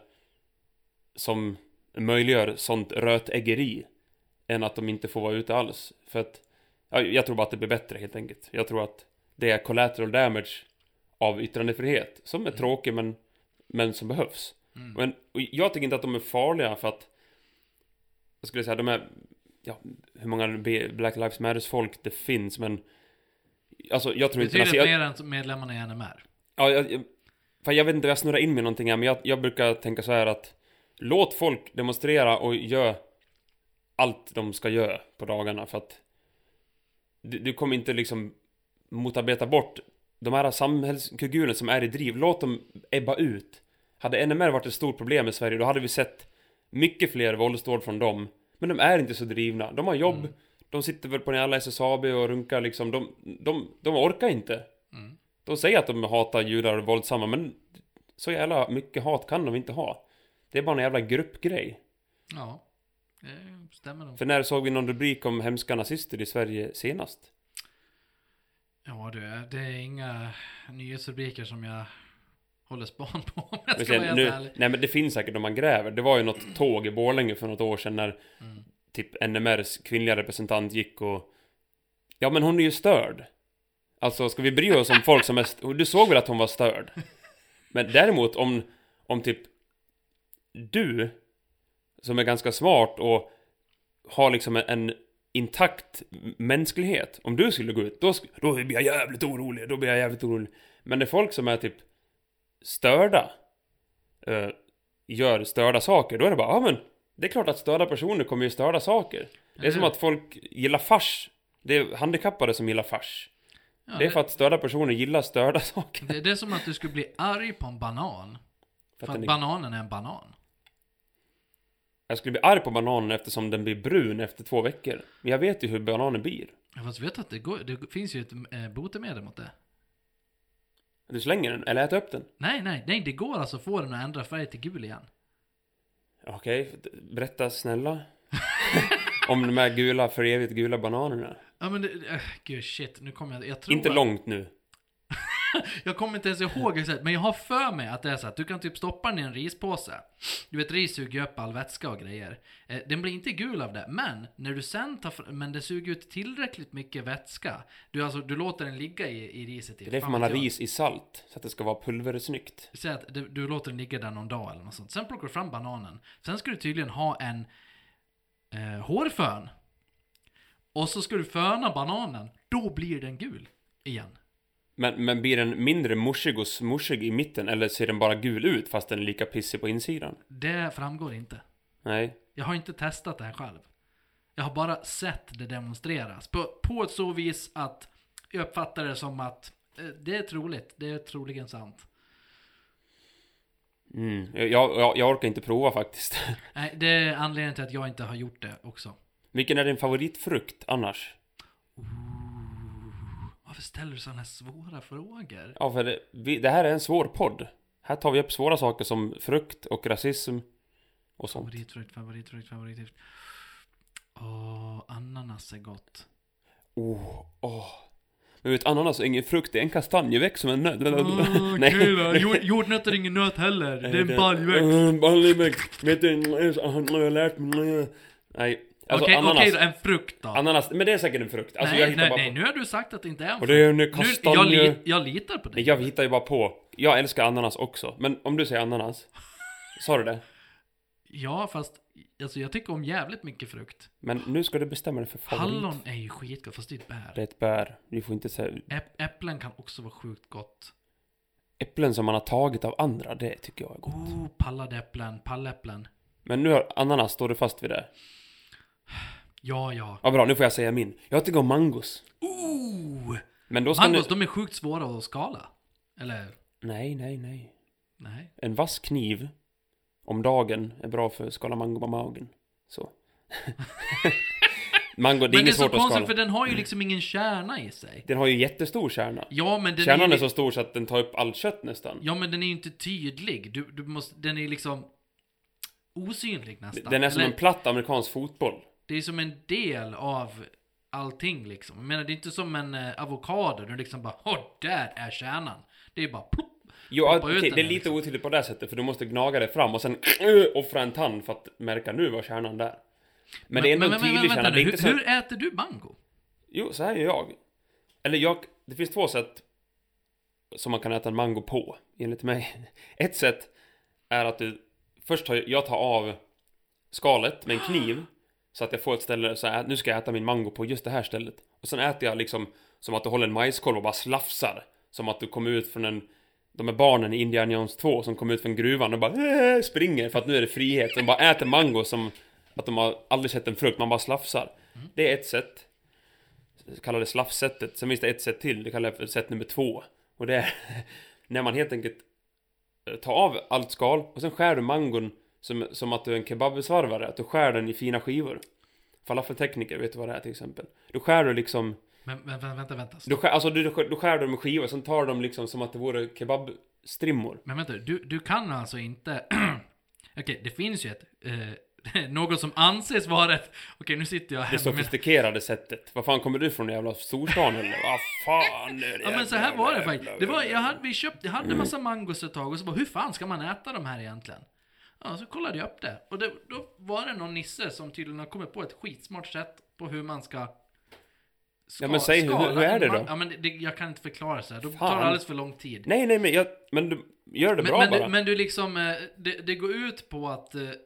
B: som möjliggör sånt rötäggeri än att de inte får vara ute alls. För att ja, jag tror bara att det blir bättre helt enkelt. Jag tror att det är collateral damage av yttrandefrihet som är
C: Mm.
B: tråkig, men, men som behövs.
C: Mm.
B: Men, och jag tycker inte att de är farliga, för att jag skulle säga de är, ja, hur många B- Black Lives Matters folk det finns, men alltså jag tror inte
C: Betyder
B: jag,
C: fler än medlemmarna i N M R?
B: ja, jag, jag, för jag vet inte, jag snurrar in med någonting här, men jag, jag brukar tänka så här att låt folk demonstrera och gör allt de ska göra på dagarna, för att du, du kommer inte liksom motarbeta bort de här samhällskugulen som är i driv. Låt dem ebba ut. Hade N M R varit ett stort problem i Sverige, då hade vi sett mycket fler våldsdåd från dem. Men de är inte så drivna. De har jobb.
C: Mm.
B: De sitter väl på en alla S S A B och runkar liksom. De, de, de orkar inte.
C: Mm.
B: De säger att de hatar judar och våldsamma, men så jävla mycket hat kan de inte ha. Det är bara en jävla gruppgrej.
C: Ja, det stämmer nog.
B: För när såg vi någon rubrik om hemska nazister i Sverige senast?
C: Ja du, det är inga nyhetsrubriker som jag håller span på, om jag
B: Men
C: ska vara
B: sen,
C: helt
B: nu,
C: ärlig.
B: nej men det finns säkert om man gräver. Det var ju något tåg i Borlänge för något år sedan när
C: Mm.
B: typ N M R:s kvinnliga representant gick och... Ja, men hon är ju störd. Alltså, ska vi bry oss om folk som är... St- du såg väl att hon var störd? Men däremot om, om typ du, som är ganska smart och har liksom en, en intakt mänsklighet, om du skulle gå ut, då, sk- då blir jag jävligt orolig. Då blir jag jävligt orolig. Men det är folk som är typ störda, eh, gör störda saker, då är det bara, ja men det är klart att störda personer kommer ju störda saker. Det är som att folk gillar fars. Det är handikappade som gillar fars.
C: Ja,
B: det är för att störda personer gillar störda saker.
C: Det, det är som att du skulle bli arg på en banan. För,
B: För
C: att
B: att den är-
C: bananen är en banan.
B: Jag skulle bli arg på bananen eftersom den blir brun efter två veckor. Men jag vet ju hur bananen blir.
C: Jag fast vet att det, går, det finns ju ett eh, botemedel mot det.
B: Du slänger den, eller äter upp den.
C: Nej, nej, nej, det går alltså att få den att ändra färg till gul igen.
B: Okej, berätta snälla. Om de här gula, för evigt gula bananerna.
C: Ja men det, äh, gud shit, nu kommer jag, jag tror
B: Inte
C: att,
B: långt nu.
C: jag kommer inte ens ihåg exakt, men jag har för mig att det är så att du kan typ stoppa den i en rispåse. Du vet, ris suger upp all vätska och grejer. Eh, den blir inte gul av det, men när du sen tar, fr- men det suger ut tillräckligt mycket vätska. Du alltså, du låter den ligga i, i riset.
B: Det är därför man har ris i salt. Så att det ska vara pulversnyggt.
C: Säg att du, du låter den ligga där någon dag eller något sånt. Sen plockar du fram bananen. Sen ska du tydligen ha en eh, hårfön. Och så ska du föna bananen. Då blir den gul igen.
B: Men, men blir den mindre morsig och smorsig i mitten? Eller ser den bara gul ut fast den är lika pissig på insidan?
C: Det framgår inte.
B: Nej.
C: Jag har inte testat det här själv. Jag har bara sett det demonstreras. På, på ett så vis att jag uppfattar det som att eh, det är troligt. Det är troligen sant.
B: Mm. Jag, jag, jag orkar inte prova faktiskt.
C: Nej, det är anledningen till att jag inte har gjort det också.
B: Vilken är din favoritfrukt annars?
C: Varför ställer du sådana här svåra frågor?
B: Ja, för det, vi, det här är en svår podd. Här tar vi upp svåra saker som frukt och rasism och sånt.
C: Favoritfrukt, favoritfrukt, favoritfrukt. Åh, ananas är gott.
B: Åh, åh. Men vet, ananas är ingen frukt, det är en kastanjeväxt som en nöt.
C: Åh, okej då. Jord, jordnötter är ingen nöt heller. Det är en baljväxt.
B: Uh, baljväxt. Vet du, jag har lärt mig. Nej, alltså
C: Okej,
B: ananas.
C: okej då, en frukt då.
B: Ananas, men det är säkert en frukt. Alltså, jag
C: nej,
B: hittar
C: nej,
B: bara
C: nej,
B: på.
C: nu har du sagt att det inte är en
B: Och det är en
C: Nu,
B: kastanje.
C: jag, li, jag litar på dig.
B: Nej, jag hittar ju bara på. Jag älskar ananas också. Men om du säger ananas, sa du det?
C: Ja, fast alltså, jag tycker om jävligt mycket frukt.
B: Men nu ska du bestämma dig för favorit.
C: Hallon är ju skitgott, fast det är ett bär.
B: Det är ett bär. Vi får inte säga
C: Äpp, äpplen kan också vara sjukt gott.
B: äpplen som man har tagit av andra. Det tycker jag är gott.
C: Oh, pallade äpplen, palläpplen.
B: Men nu har ananas, står du fast vid det?
C: Ja, ja.
B: Ja, bra, nu får jag säga min. Jag tycker om mangos.
C: Oh!
B: Men då ska
C: Mangos,
B: ni...
C: de är sjukt svåra att skala. Eller,
B: Nej, nej, nej.
C: nej.
B: En vass kniv om dagen är bra för att skala mango på magen. Så. Mango, det är
C: Men det är
B: inget
C: så
B: svårt att
C: konstigt,
B: skala.
C: för den har ju liksom ingen kärna i sig.
B: Den har ju jättestor kärna.
C: Ja, men den
B: Kärnan
C: är,
B: är
C: ju,
B: så stor så att den tar upp allt kött nästan.
C: ja, men den är ju inte tydlig. Du, du måste, den är liksom osynlig nästan.
B: Den är som
C: Eller,
B: en platt amerikansk fotboll.
C: det är som en del av allting liksom. Jag menar, det är inte som en eh, avokado. Du liksom bara, åh, där är kärnan. Det är bara plopp.
B: Jo,
C: Hoppa
B: okej,
C: ut den
B: det är
C: där,
B: lite
C: liksom.
B: otydligt på det sättet. För du måste gnaga det fram och sen uh, offra en tand för att märka nu var kärnan där. Men, det är ändå en tydlig
C: vänta
B: kärna.
C: nu,
B: Det är
C: hur,
B: inte så...
C: hur äter du mango?
B: Jo, så här gör jag. Eller jag... Det finns två sätt som man kan äta en mango på, enligt mig. Ett sätt är att du... Först tar jag tar av skalet med en kniv. Så att jag får ett ställe så här, nu ska jag äta min mango på just det här stället. Och sen äter jag liksom som att du håller en majskolv och bara slafsar. Som att du kommer ut från en... De är barnen i Indiana Jones två som kommer ut från gruvan och bara äh, springer för att nu är det frihet. De bara äter mango som att de har aldrig sett en frukt, man bara slafsar.
C: Mm.
B: Det är ett sätt. Jag kallar det slafssättet. Sen finns det ett sätt till, det kallar jag för sätt nummer två. Och det är när man helt enkelt tar av allt skal och sen skär du mangon som, som att du är en kebabsvarvare. Att du skär den i fina skivor. Falafeltekniker, vet du vad det är till exempel? Du skär du liksom...
C: Men, men vänta, vänta, vänta.
B: Du skär, alltså du, du skär dem med skivor, sen tar de liksom som att det vore kebabstrimmor.
C: Men vänta, du, du kan alltså inte... Okej, det finns ju ett... Eh, något som anses vara ett... Okej, nu sitter jag här
B: Det
C: med mina-
B: sofistikerade sättet. Vad fan kommer du från, jävla storstan eller? Vad fan är det?
C: Ja, men så här var det
B: jävla-
C: faktiskt. Det var, jag hade, vi köpte, jag hade en massa mangos ett tag och så bara, hur fan ska man äta de här egentligen? Ja, så kollade jag upp det. Och det, då var det någon nisse som tydligen har kommit på ett skitsmart sätt på hur man ska... ska
B: Ja, men säg, hur-
C: skala
B: hur är
C: en
B: det då?
C: man- Ja, men det, det, jag kan inte förklara så här. Då
B: Fan.
C: tar det alldeles för lång tid.
B: Nej, nej, men jag... Men du gör det
C: Men,
B: bra
C: men,
B: bara.
C: du, men du liksom, eh, det, det går ut på att... eh,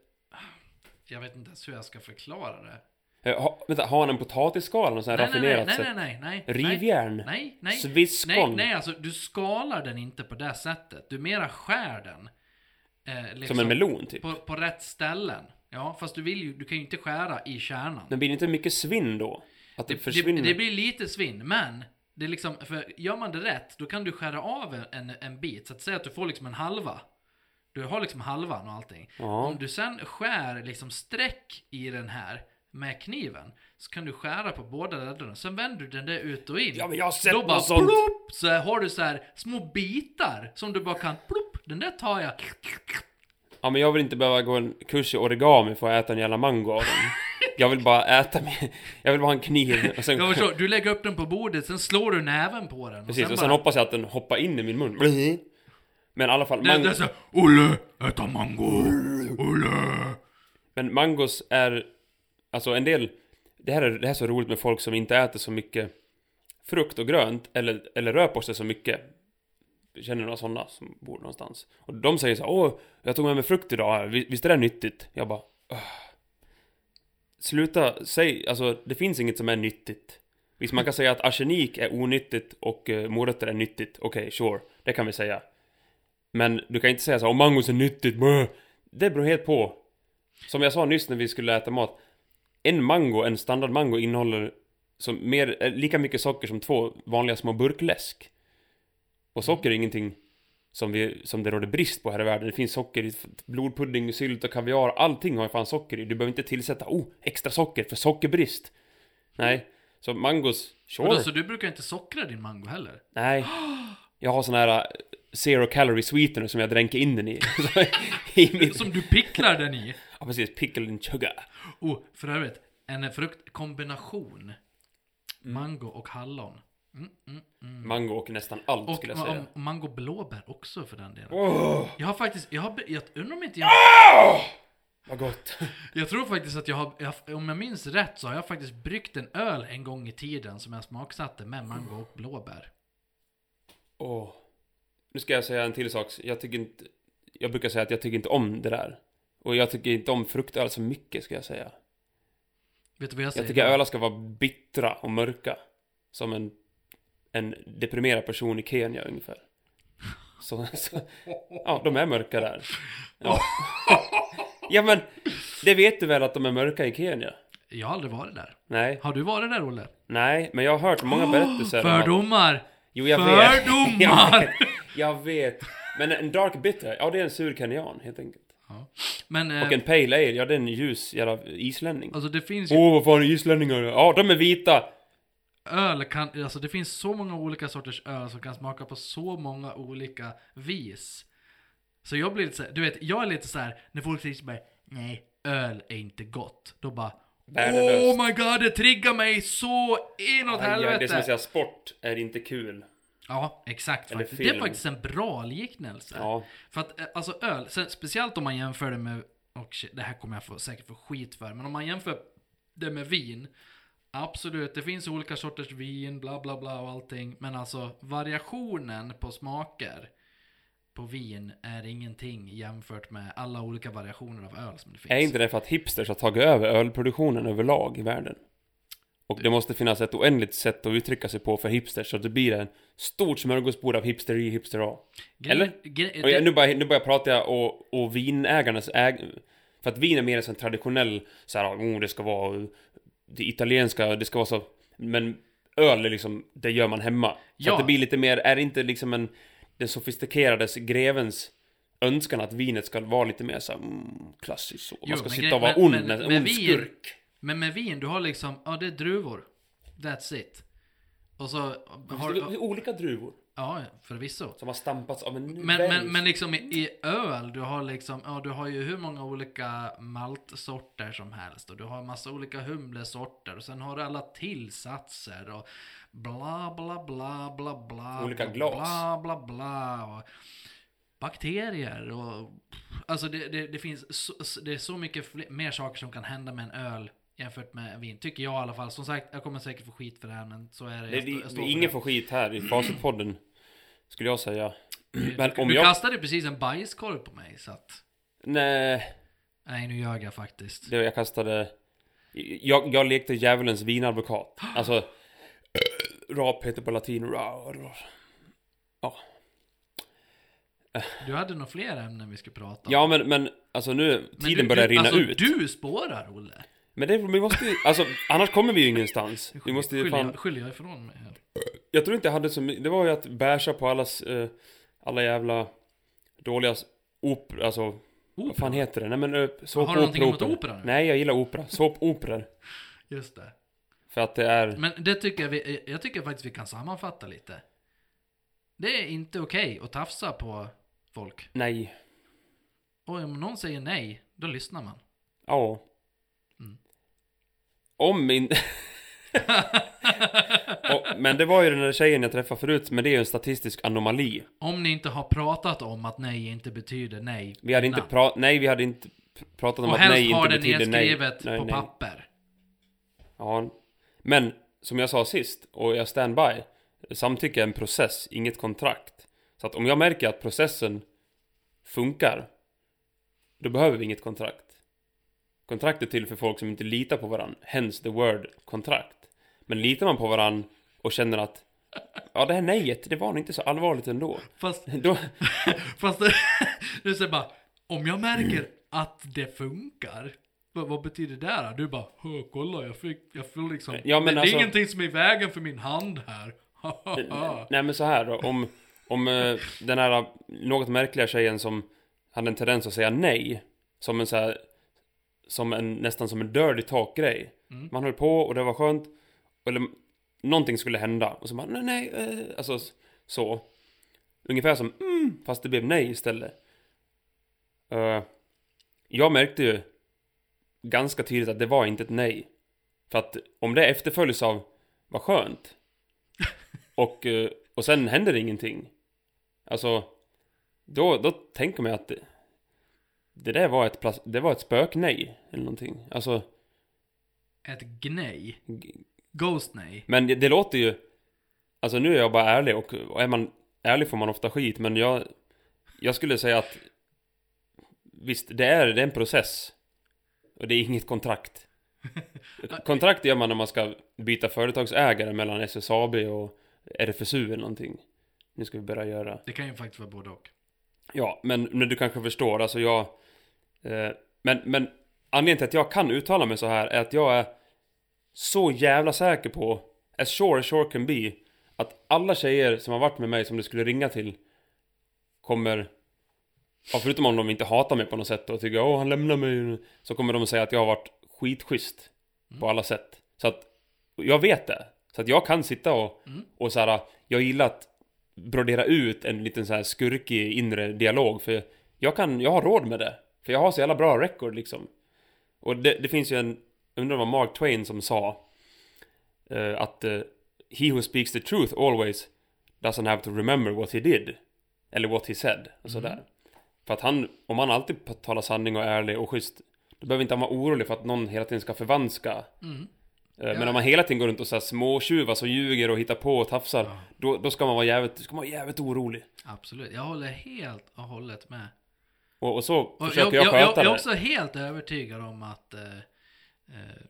C: Jag vet inte ens hur jag ska förklara det.
B: Eh, Ha, vänta, har han en potatisskal? Någon sån här
C: Nej, nej, nej,
B: raffinerat
C: nej,
B: sätt?
C: nej, nej, nej.
B: Rivjärn?
C: Nej, nej.
B: Sviskon?
C: Nej, nej, alltså du skalar den inte på det sättet. Du mera skär den. Eh, liksom
B: Som en melon, typ?
C: På, på rätt ställen. Ja, fast du vill ju, du kan ju inte skära i kärnan.
B: Men blir det inte mycket svinn då? Att det,
C: det,
B: försvinner?
C: det, det blir lite svinn, men det är liksom, för gör man det rätt, då kan du skära av en, en bit. Så att säga att du får liksom en halva. Du har liksom halvan och allting.
B: Ja.
C: Om du sen skär liksom streck i den här med kniven, så kan du skära på båda ledderna. Sen vänder du den där ut och in.
B: Ja, men jag har sett
C: då
B: något
C: bara
B: sånt.
C: plopp, så har du så här små bitar som du bara kan plopp, den där tar jag.
B: Ja, men jag vill inte behöva gå en kurs i origami för att äta en jävla mango av den. Jag vill bara äta med, jag vill bara ha en kniv och sen...
C: Jag förstår, du lägger upp den på bordet, sen slår du näven på den.
B: Precis, och sen, och
C: bara...
B: sen hoppas jag att den hoppar in i min mun. Men i alla fall,
C: Det,
B: mango...
C: det är så, Olle, äta mango, Olle.
B: Men mangos är... Alltså en del... Det här är, det här är så roligt med folk som inte äter så mycket frukt och grönt, eller, eller rör på sig så mycket. Jag känner några sådana som bor någonstans. Och de säger så här, åh, jag tog med mig frukt idag, visst är det nyttigt? Jag bara, åh. Sluta, säg, alltså det finns inget som är nyttigt. Visst, man kan säga att arsenik är onyttigt och uh, morötter är nyttigt. Okej, okay, sure, det kan vi säga. Men du kan inte säga så här, åh, mangos är nyttigt. Bäh. Det beror helt på. Som jag sa nyss när vi skulle äta mat. En mango, en standard mango innehåller som mer, lika mycket socker som två vanliga små burkläsk. Och socker är ingenting som, vi, som det råder brist på här i världen. Det finns socker i blodpudding, sylt och kaviar. Allting har ju fan socker i. Du behöver inte tillsätta, oh, extra socker för sockerbrist. Nej, så mangos, sure.
C: Vadå, så du brukar inte sockra din mango heller?
B: Nej, jag har sån här uh, zero calorie sweetener som jag dränker in den i. I min...
C: Som du picklar den i?
B: Ja, precis, pickle and sugar.
C: Oh, för övrigt, en fruktkombination. Mango och hallon. Mm, mm, mm.
B: Mango och nästan allt
C: Och,
B: skulle jag säga.
C: och mango blåbär också för den delen.
B: Oh.
C: Jag har faktiskt, jag har, jag undrar om inte jag...
B: Oh! Vad gott.
C: Jag tror faktiskt att jag har, jag, om jag minns rätt så har jag faktiskt bryggt en öl en gång i tiden som jag smaksatte med mango och blåbär.
B: Åh. Oh. Nu ska jag säga en till sak. Jag tycker inte, jag brukar säga att jag tycker inte om det där. Och jag tycker inte om fruktöl så mycket, ska jag säga.
C: Vet du vad jag säger?
B: Jag tycker ölar ska vara bittra och mörka. Som en, en deprimerad person i Kenya ungefär. Så, så, ja, de är mörka där. Ja. Ja, men det vet du väl att de är mörka i Kenya?
C: Jag har aldrig varit där.
B: Nej.
C: Har du varit där, Olle?
B: Nej, men jag har hört många berättelser.
C: Fördomar!
B: Att... Jo, jag
C: Fördomar!
B: vet. jag vet. Men en dark bitter, ja, det är en sur kenyan helt enkelt.
C: Ja. Men,
B: och en pale ale, ja, det är en ljus jävla islänning.
C: Alltså det finns ju...
B: Åh, oh, vad fan är islänningar? Ja, de är vita.
C: Öl kan, alltså det finns så många olika sorters öl som kan smaka på så många olika vis. Så jag blir lite så här, du vet, jag är lite så här när folk säger så bara, nej, öl är inte gott. Då bara,
B: värdelöst.
C: Oh my god, det triggar mig så inåt helvete.
B: Ja, det är som att säga, sport är inte kul.
C: Ja, exakt.
B: Eller
C: Faktiskt. Det är faktiskt en bra liknelse.
B: Ja.
C: För att, alltså öl, sen, speciellt om man jämför det med, och shit, det här kommer jag få, säkert få skit för, men om man jämför det med vin, absolut, det finns olika sorters vin, bla bla bla och allting, men alltså variationen på smaker på vin är ingenting jämfört med alla olika variationer av öl som det finns.
B: Är inte det för att hipsters har tagit över ölproduktionen överlag i världen? Och det måste finnas ett oändligt sätt att uttrycka sig på för hipsters, så att det blir en stort smörgåsbord av hipsteri, hipster A. Eller?
C: Gre-
B: och jag, nu, börjar, nu börjar jag prata och, och vinägarnas äg... För att vin är mer en traditionell så här, oh, det ska vara det italienska, det ska vara så... Men öl är liksom, det gör man hemma. Så
C: ja.
B: att det blir lite mer, är det inte liksom en... Den sofistikerades grevens önskan att vinet ska vara lite mer så mm, klassiskt så. Man
C: jo,
B: ska
C: men
B: sitta
C: gre-
B: och vara
C: men,
B: ond,
C: men,
B: en
C: men
B: ond
C: vin,
B: skurk.
C: Men med vin, du har liksom, ja det är druvor. That's it. Och så har
B: du olika druvor.
C: Ja, förvisso.
B: Som har stampats av en
C: men, men, men liksom i, i öl, du har liksom, ja du har ju hur många olika maltsorter som helst. Och du har en massa olika humlesorter. Och sen har du alla tillsatser och bla bla bla bla bla.
B: Olika
C: bla,
B: glas.
C: Bla bla bla. Och bakterier och... Alltså det, det, det finns så, det är så mycket fler, mer saker som kan hända med en öl jämfört med vin, tycker jag i alla fall. Som sagt, jag kommer säkert få skit för det här, men så är det.
B: det,
C: jag
B: det,
C: stå, jag står
B: ingen får skit här i Facitpodden, skulle jag säga. Men
C: du
B: om
C: du
B: jag...
C: kastade precis en bajskorv på mig, så att...
B: Nej,
C: Nej, nu ljög jag faktiskt.
B: det jag kastade... Jag, jag lekte djävulens vinadvokat. Alltså, rap heter på latin. Ja.
C: Du hade nog fler ämnen vi skulle prata om.
B: Ja, men, men alltså nu,
C: Men
B: tiden
C: du,
B: börjar
C: du,
B: rinna
C: alltså,
B: ut.
C: Du spårar, Olle.
B: Men det, vi måste ju, alltså, annars kommer vi ju ingenstans. Vi måste ju
C: Skyller
B: fan...
C: jag, skyller jag ifrån mig här.
B: jag tror inte jag hade så mycket. Det var ju att bärsa på allas eh, alla jävla dåliga opera, alltså opera. Vad fan heter det? Nej men uh,
C: har du någonting emot opera nu?
B: Nej, jag gillar opera. Såpoperor.
C: Just det.
B: För att det är...
C: Men det tycker jag, vi, jag tycker faktiskt vi kan sammanfatta lite. Det är inte okej okay att tafsa på folk.
B: Nej.
C: Och om någon säger nej, då lyssnar man.
B: Ja.
C: Mm.
B: Om min... och, men det var ju den där tjejen jag träffade förut. Men det är ju en statistisk anomali.
C: Om ni inte har pratat om att nej inte betyder nej.
B: Vi hade inte pra- Nej, vi hade inte pratat om
C: och
B: att nej inte betyder nej.
C: Och helst har det nedskrivet
B: nej,
C: på
B: nej.
C: papper.
B: Ja. Men som jag sa sist, och jag stand by, samtycke är en process, inget kontrakt. Så att om jag märker att processen funkar, då behöver vi inget kontrakt. Kontrakt är till för folk som inte litar på varandra. Hence the word kontrakt. Men litar man på varandra och känner att ja, det här nejet, det var nog inte så allvarligt ändå.
C: Fast,
B: då...
C: fast du säger bara, om jag märker att det funkar, vad, vad betyder det där? Du bara, kolla, jag fick, jag fick liksom,
B: ja, men
C: det,
B: alltså...
C: det är ingenting som är i vägen för min hand här.
B: Nej, men så här då, om, om uh, den här något märkliga tjejen som hade en tendens att säga nej, som en så här, som en, nästan som en dirty talk-grej. Mm. Man höll på och det var skönt, eller någonting skulle hända och så bara, nej, nej, uh, alltså så. Ungefär som, mm, fast det blev nej istället. Uh, jag märkte ju ganska tydligt att det var inte ett nej. För att om det efterföljs av, vad skönt. Och, och sen händer det ingenting. Alltså, då, då tänker man att det, det där var ett, plas, det var ett spöknej eller någonting. Alltså,
C: ett gnej. Ghost nej.
B: Men det, det låter ju, alltså nu är jag bara ärlig och, och är man ärlig får man ofta skit. Men jag, jag skulle säga att visst, det är, det är en process. Och det är inget kontrakt. Kontrakt gör man när man ska byta företagsägare mellan S S A B och R F S U eller någonting. Nu ska vi börja göra.
C: Det kan ju faktiskt vara både och.
B: Ja, men, men du kanske förstår. Alltså jag... Eh, men, men anledningen till att jag kan uttala mig så här är att jag är så jävla säker på, as sure as sure can be, att alla tjejer som har varit med mig som du skulle ringa till kommer... Ja, förutom om de inte hatar mig på något sätt och tycker åh han lämnar mig, så kommer de att säga att jag har varit skitschysst mm. på alla sätt. Så att jag vet det. Så att jag kan sitta och, mm. och så här, jag gillar att brodera ut en liten så här skurkig inre dialog. För jag kan, jag har råd med det. För jag har så jävla bra record liksom. Och det, det finns ju en, undrar vad Mark Twain som sa uh, att uh, he who speaks the truth always doesn't have to remember what he did. Eller what he said. Och sådär. Mm. För att han, om han alltid talar sanning och ärlig och schysst, då behöver inte han vara orolig för att någon hela tiden ska förvanska. Mm. Men ja. Om man hela tiden går runt och så här småtjuvar och ljuger och hittar på och tafsar, ja. då, då ska man vara jävligt, ska man vara jävligt orolig.
C: Absolut, jag håller helt och hållet med.
B: Och, och så
C: och
B: försöker
C: jag,
B: jag sköta
C: jag, jag, jag är
B: det.
C: också helt övertygad om att eh, eh,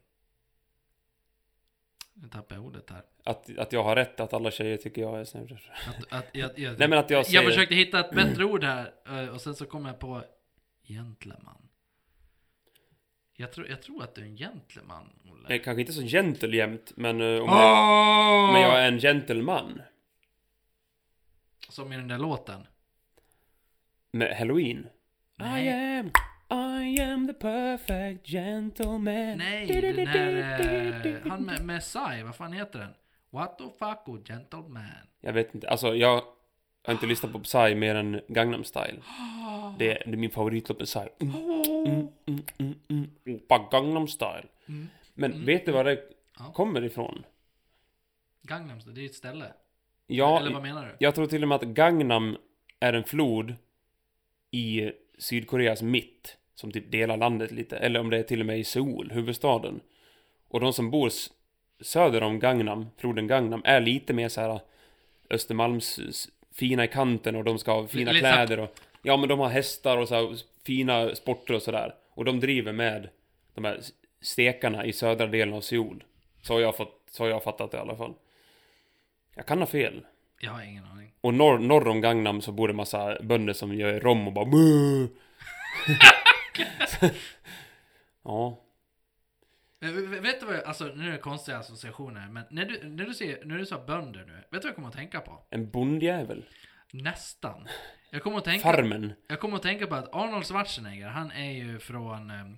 C: jag tappar ordet här.
B: Att, att jag har rätt, att alla tjejer tycker jag är snäll.
C: Att, att, jag, jag,
B: Nej, men att jag, säger...
C: jag försökte hitta ett bättre ord här och sen så kom jag på gentleman. Jag tror, jag tror att du är en gentleman, Olle.
B: Jag är kanske inte så gentle jämt, men, uh, om
C: oh!
B: jag, men jag är en gentleman.
C: Som i den där låten.
B: Med Halloween.
C: Nej.
B: I am, I am the perfect gentleman.
C: Nej, den här, uh, han med, med Sai, vad fan heter den? What the fuck, oh, gentleman. Jag
B: vet inte, alltså jag har inte lyssnat på Psy mer än Gangnam Style. Det är, det är min favoritlåt med Psy. Mm, mm, mm, mm, mm. Opa Gangnam Style. Mm, Men mm, vet du vad det ja. kommer ifrån?
C: Gangnam Style, det är ett ställe.
B: Ja,
C: eller vad menar du?
B: Jag tror till och med att Gangnam är en flod i Sydkoreas mitt, som typ delar landet lite. Eller om det är till och med i Seoul, huvudstaden. Och de som bor söder om Gangnam, floden Gangnam, är lite mer så här Östermalms fina i kanten, och de ska ha fina Lisa. kläder och ja, men de har hästar och så här, fina sporter och sådär. Och de driver med de här stekarna i södra delen av Seoul. Så har jag fått, så har jag fattat det i alla fall. Jag kan ha fel.
C: Jag har ingen aning.
B: Och norr, norr om Gangnam så bor det massa bönder som gör rom och bara ja.
C: Eh, v- Vet du vad jag, alltså nu är det konstiga associationer, men när du, när du ser, när du sa bönder nu, vet du vad jag kommer att tänka på?
B: En bondjävel.
C: Nästan. Jag kommer att tänka,
B: Farmen.
C: jag kommer att tänka på att Arnold Schwarzenegger, han är ju från eh,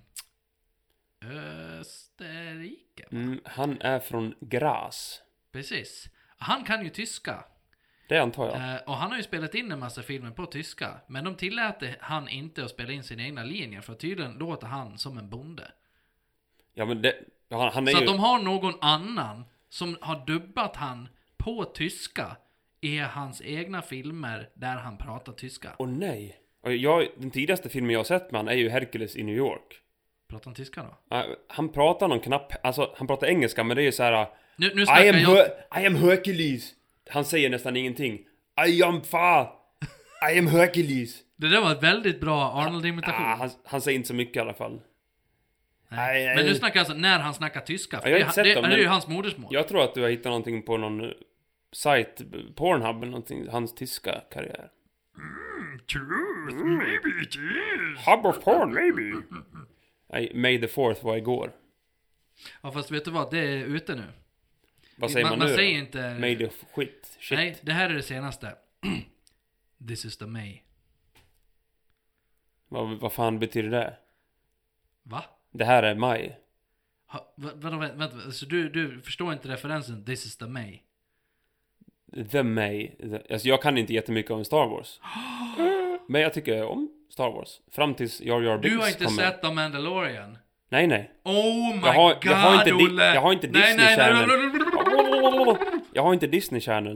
C: Österrike, va?
B: Mm, han är från Graz.
C: Precis. Han kan ju tyska.
B: Det antar jag.
C: Eh, och han har ju spelat in en massa filmer på tyska. Men de tillät han inte att spela in sina egna linjer. För tydligen låter han som en bonde.
B: Ja, men det... Han, han är
C: Så
B: ju...
C: att de har någon annan som har dubbat han på tyska i hans egna filmer där han pratar tyska.
B: Åh nej. Och jag, den tidigaste filmen jag har sett med han är ju Hercules i New York.
C: Pratar han tyska då?
B: Uh, han pratar någon knapp... Alltså, han pratar engelska, men det är ju så här...
C: Nu, nu
B: I
C: snackar
B: am,
C: jag...
B: Her- I am Hercules. Han säger nästan ingenting. I am far. I am Hercules.
C: Det där var ett väldigt bra Arnold-imitation.
B: Ah, han, han säger inte så mycket i alla fall.
C: Nej.
B: nej,
C: Men
B: nej.
C: du snackar alltså när han snackar tyska. För
B: Ja, jag har
C: det,
B: inte sett
C: det,
B: dem,
C: det är
B: men-
C: ju hans modersmål.
B: Jag tror att du har hittat någonting på någon eh, sajt, Pornhub eller någonting, hans tyska karriär.
C: Truth, maybe it is.
B: Hub of porn, maybe. Nej, May the fourth var igår.
C: Ja, fast vet du vad? Det är ute nu.
B: Vad säger man,
C: man,
B: nu
C: man
B: då?
C: säger inte...
B: May the skit. Shit.
C: Nej, det här är det senaste. This is the May.
B: Vad, vad fan betyder det?
C: Va?
B: Det här är maj.
C: Ha, va, vadå, vänta, vänta, så du, du förstår inte referensen This is the May?
B: The May. The, alltså jag kan inte jättemycket om Star Wars. Men jag tycker om Star Wars. Fram tills Jar Jar Binks
C: Du har inte
B: kommer.
C: sett The Mandalorian?
B: Nej, nej.
C: Oh my
B: Jag har-
C: god,
B: jag har inte di-
C: Olle!
B: jag har inte
C: Nej,
B: Disney
C: nej, nej,
B: Channel.
C: nej, nej, nej.
B: Jag har inte Disney Channel.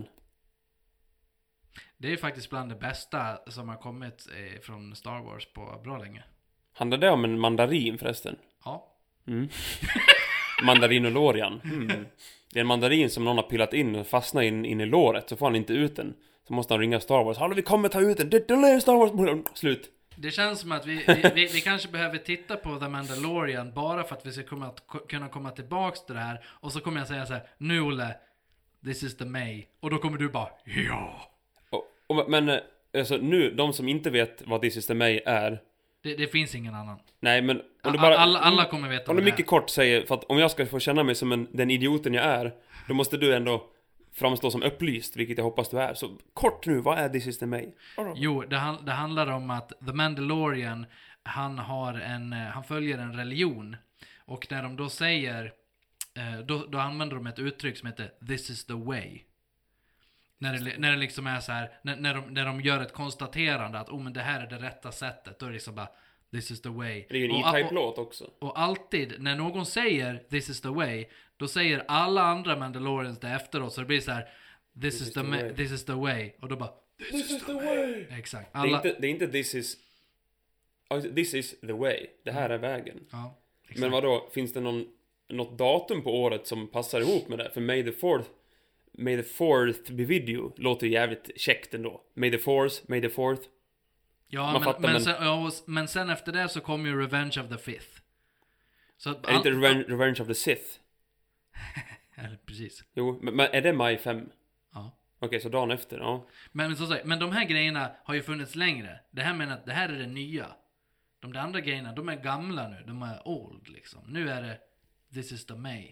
C: Det är faktiskt bland det bästa som har kommit eh, från Star Wars på bra länge.
B: Handlar det om en mandarin förresten?
C: Ja.
B: Mm. Mandarinolorian. Mm. Det är en mandarin som någon har pillat in och fastnar in, in i låret. Så får han inte ut den. Så måste han ringa Star Wars. Hallå, vi kommer ta ut den. Det, det är Star Wars. Slut.
C: Det känns som att vi, vi, vi, vi kanske behöver titta på The Mandalorian bara för att vi ska komma att, ko- kunna komma tillbaks till det här. Och så kommer jag säga så här: nu Olle, this is the May. Och då kommer du bara, ja.
B: Och, och, men eh, alltså, nu, de som inte vet vad This is the May är.
C: Det, det finns ingen annan.
B: Nej, men om du
C: All-
B: bara,
C: alla, alla kommer veta
B: om
C: vad
B: du
C: det är.
B: mycket kort säger, för att om jag ska få känna mig som en, den idioten jag är, då måste du ändå framstå som upplyst, vilket jag hoppas du är. Så kort nu, vad är This is the May?
C: Jo, det, han- det handlar om att The Mandalorian, han har en, eh, han följer en religion. Och när de då säger, eh, då, då använder de ett uttryck som heter This is the way. När det, li- när det liksom är så här, när, när, de, när de gör ett konstaterande att oh, men det här är det rätta sättet, då är det liksom bara This is the way.
B: Det är ju en
C: Och- och-
B: E-Type-låt också.
C: Och alltid när någon säger This is the way, då säger alla andra Mandalorians det efteråt, så det blir så här This, is, the, ma-
B: way.
C: this is the way. Och då bara
B: This is the way.
C: exakt.
B: Det är,
C: Alla,
B: inte, det är inte this is... Alltså, this is the way. Det här är vägen.
C: ja, exakt.
B: Men vad då finns det någon, något datum på året som passar ihop med det? För May the fourth May the fourth be with you låter ju jävligt käckt ändå. May the fourth, May the fourth.
C: Ja,
B: man
C: men,
B: fattar,
C: men,
B: men-
C: Sen, ja, och- men sen efter det så kommer ju Revenge of the Fifth. Så att
B: Är det inte Revenge, Revenge of the Sith?
C: Eller, precis.
B: Jo, men, men är det maj fem?
C: Ja.
B: Okej, så dagen efter, ja.
C: Men, men, så, så, men de här grejerna har ju funnits längre. Det här menar att det här är det nya. De där andra grejerna, de är gamla nu. De är old liksom. Nu är det This is the May.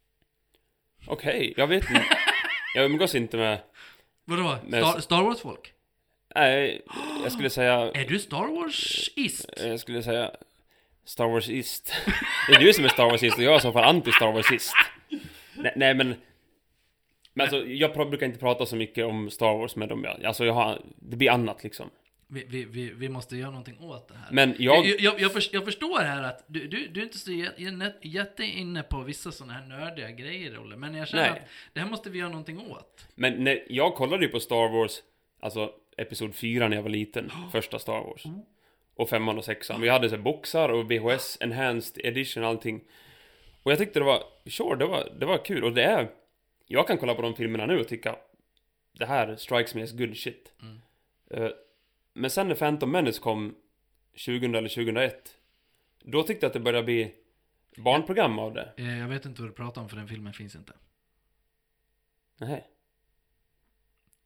B: Okej, jag vet inte. Jag umgås inte med...
C: Vadå?
B: Men-
C: Star, Star Wars-folk?
B: Nej, jag skulle säga...
C: Är du Star Wars-ist?
B: Jag skulle säga... Star Wars-ist. Det är du som är Star Wars-ist och jag är i så fall anti-Star Wars-ist. Nej, nej men... Men alltså, jag pr- brukar inte prata så mycket om Star Wars med dem. Alltså, jag har... Det blir annat liksom.
C: Vi, vi, vi, vi måste göra någonting åt det här.
B: Men jag...
C: Jag, jag, jag, först, jag förstår här att du, du, du är inte så jä- jätte inne på vissa sådana här nördiga grejer, Olle. Men jag känner
B: Nej.
C: att det här måste vi göra någonting åt.
B: Men när, jag kollade ju på Star Wars, alltså episod fyra när jag var liten, första Star Wars. Och femman och sexan. Vi hade så här boxar och V H S Enhanced Edition och allting. Och jag tyckte det var, sure, det var, det var kul. Och det är, jag kan kolla på de filmerna nu och tycka, det här strikes me as good shit.
C: Mm.
B: Uh, men sen när Phantom Menace kom tjugo eller tjugohundraett, då tyckte jag att det började bli barnprogram av det.
C: Eh, Jag vet inte vad du pratar om, för den filmen finns inte.
B: Nej.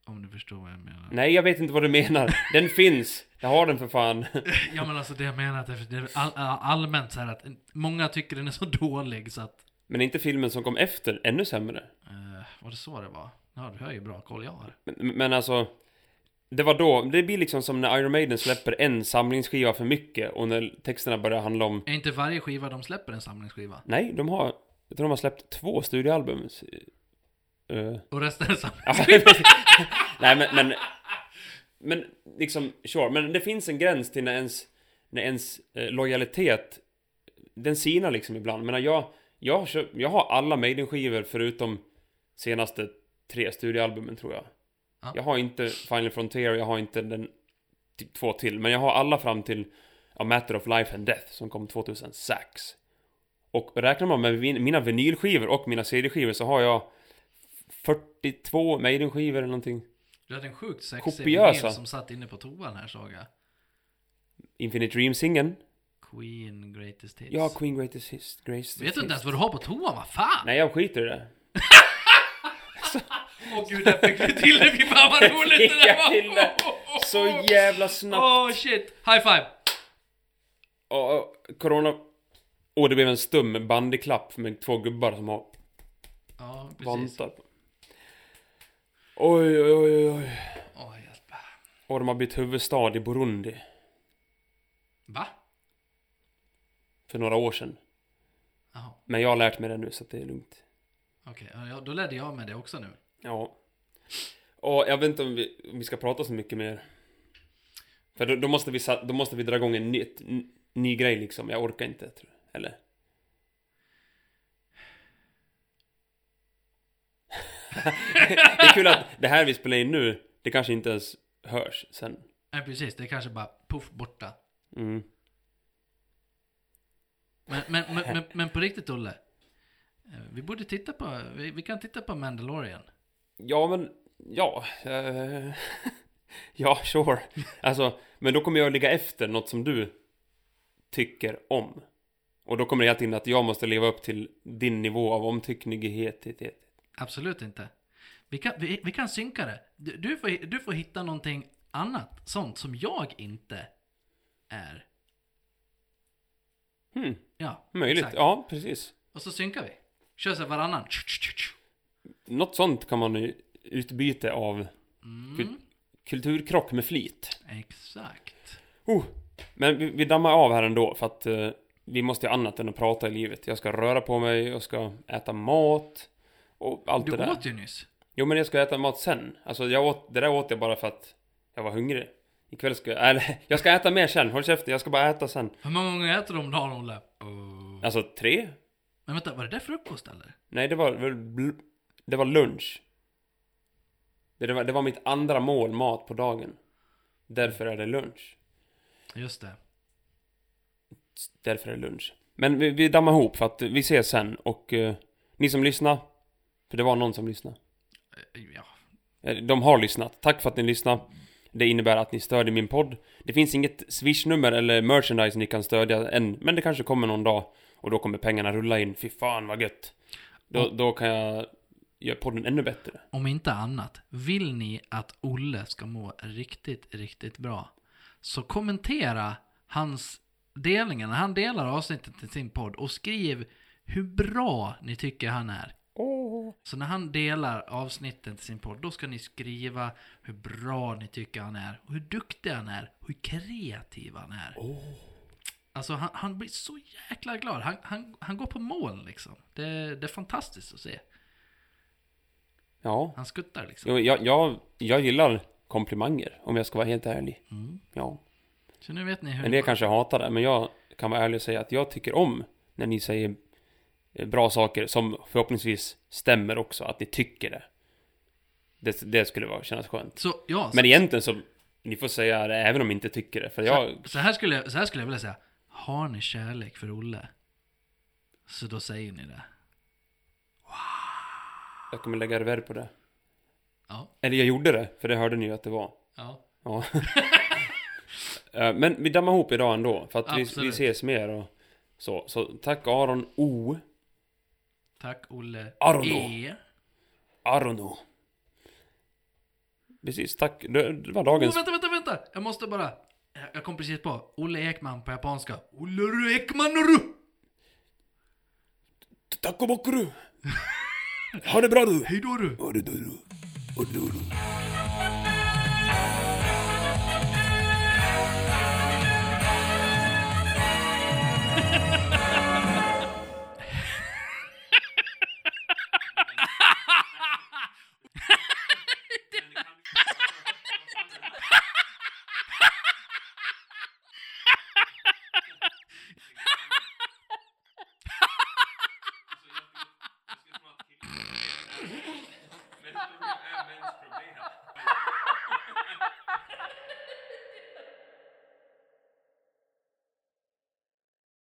C: Om du förstår vad jag menar.
B: Nej, jag vet inte vad du menar. Den finns. Jag har den för fan.
C: Ja, men alltså det jag menar att det är all, allmänt så här att många tycker den är så dålig så att...
B: Men inte filmen som kom efter ännu sämre.
C: Uh, var det så det var? Ja, du har ju bra koll jag har.
B: Men, men alltså... Det var då, det blir liksom som när Iron Maiden släpper en samlingsskiva för mycket och när texterna börjar handla om...
C: Är inte varje skiva de släpper en samlingsskiva?
B: Nej, de har... Jag tror de har släppt två studioalbum. Uh...
C: Och resten är samlingsskiva?
B: Nej, men, men... Men liksom, sure. Men det finns en gräns till när ens... När ens eh, lojalitet... Den sinar liksom ibland. Men jag... Jag, jag har alla Maiden-skivor förutom senaste tre studioalbumen, tror jag. Ja. Jag har inte Final Frontier, jag har inte den typ två till. Men jag har alla fram till A Matter of Life and Death som kom tjugohundrasex. Och räknar man med mina vinylskivor och mina C D-skivor så har jag fyrtiotvå Maiden-skivor eller någonting.
C: Du hade en sjukt sexig vinyl som satt inne på toan här, såg jag.
B: Infinite Dream-singeln.
C: Queen Greatest Hits.
B: Ja, Queen Greatest Hits. Greatest
C: Vet du inte ens vad du har på toan, vad fan?
B: Nej, jag skiter i det.
C: Åh oh, gud, jag fick det till det. Fy fan vad roligt det där var.
B: Till det. Så jävla snabbt.
C: Åh oh, shit, high five.
B: Och, och corona. Och det blev en stum bandyklapp med två gubbar som har
C: ja, precis.
B: vantat. Oj, oj, oj, oj.
C: Åh, oh, hjälp.
B: Och de har blivit huvudstad i Burundi.
C: Va?
B: För några år sedan.
C: Jaha.
B: Men jag har lärt mig det nu så att det är lugnt.
C: Okej, okay, ja, då lärde jag med det också nu.
B: Ja. Och jag vet inte om vi, om vi ska prata så mycket mer. För då, då, måste, vi, då måste vi dra igång en ny, en ny grej liksom. Jag orkar inte, tror jag. Eller? Det är kul att det här vi spelar in nu, det kanske inte ens hörs sen.
C: Nej, precis. Det är kanske bara puff borta.
B: Mm.
C: Men, men, men, men, men på riktigt, Olle. Vi borde titta på, vi, vi kan titta på Mandalorian.
B: Ja, men, ja. Uh, ja, sure. Alltså, men då kommer jag ligga efter något som du tycker om. Och då kommer det helt in att jag måste leva upp till din nivå av omtycknighet.
C: Absolut inte. Vi kan, vi, vi kan synka det. Du, du, får, du får hitta någonting annat, sånt som jag inte är.
B: Hmm.
C: Ja,
B: möjligt.
C: exakt.
B: Ja, precis.
C: Och så synkar vi. Kör så varannan.
B: Något sånt kan man ju utbyta av
C: mm.
B: kulturkrock med flit.
C: Exakt.
B: Oh. Men vi, vi dammar av här ändå för att uh, vi måste ju annat än att prata i livet. Jag ska röra på mig, jag ska äta mat och allt
C: du
B: det där.
C: Du åt ju nyss.
B: Jo, men jag ska äta mat sen. Alltså, jag åt, det där åt jag bara för att jag var hungrig. Ikväll ska jag... Eller, jag ska äta mer sen. Håll käften, jag ska bara äta sen.
C: Hur många gånger äter du om dagen, Olle? Uh.
B: Alltså, tre?
C: Men vänta, var det där frukost eller?
B: Nej, det var... Det var lunch. Det var, det var mitt andra mål mat på dagen. Därför är det lunch.
C: Just det.
B: Därför är det lunch. Men vi, vi dammar ihop för att vi ses sen. Och uh, ni som lyssnar. För det var någon som lyssnade.
C: Ja.
B: De har lyssnat. Tack för att ni lyssnar. Det innebär att ni stödjer min podd. Det finns inget Swish-nummer eller merchandise ni kan stödja än. Men det kanske kommer någon dag. Och då kommer pengarna rulla in. Fy fan vad gött. Då, mm. då kan jag göra podden ännu bättre.
C: Om inte annat. Vill ni att Olle ska må riktigt, riktigt bra. Så kommentera hans delningar. När han delar avsnittet till sin podd. Och skriv hur bra ni tycker han är.
B: Oh.
C: Så när han delar avsnitten till sin podd, då ska ni skriva hur bra ni tycker han är. Och hur duktig han är. Hur kreativ han är.
B: Oh.
C: Alltså han, han blir så jäkla glad. Han, han, han går på mål liksom. Det, det är fantastiskt att se.
B: Ja.
C: Han skuttar liksom.
B: Jo, jag, jag, jag gillar komplimanger, om jag ska vara helt ärlig.
C: Mm.
B: Ja.
C: Så nu vet ni hur...
B: Men det kanske hatar det. Men jag kan vara ärlig och säga att jag tycker om när ni säger bra saker som förhoppningsvis stämmer också, att ni tycker det. Det, det skulle vara kännas skönt.
C: Så, ja,
B: men
C: så,
B: egentligen så ni får säga det även om ni inte tycker det, för jag...
C: så, så, här skulle jag, så här skulle jag vilja säga: har ni kärlek för Olle, så då säger ni det. Wow.
B: Jag kommer lägga reverb på det.
C: Ja.
B: Eller jag gjorde det, för det hörde ni ju att det var.
C: Ja.
B: Ja. Men vi dammar ihop idag ändå, för att vi, vi ses mer och så. Så tack Aron O.
C: Tack Olle
B: Aron
C: E.
B: Aron O. Precis, tack. Det, det var dagens...
C: Oh, vänta, vänta, vänta! Jag måste bara... Jag kom precis på. Olle Ekman på japanska. Olle Ekman du!
B: Tack och bockru! Ha det bra du!
C: Hej då du!
B: Ha det då du! Ha det då du! Men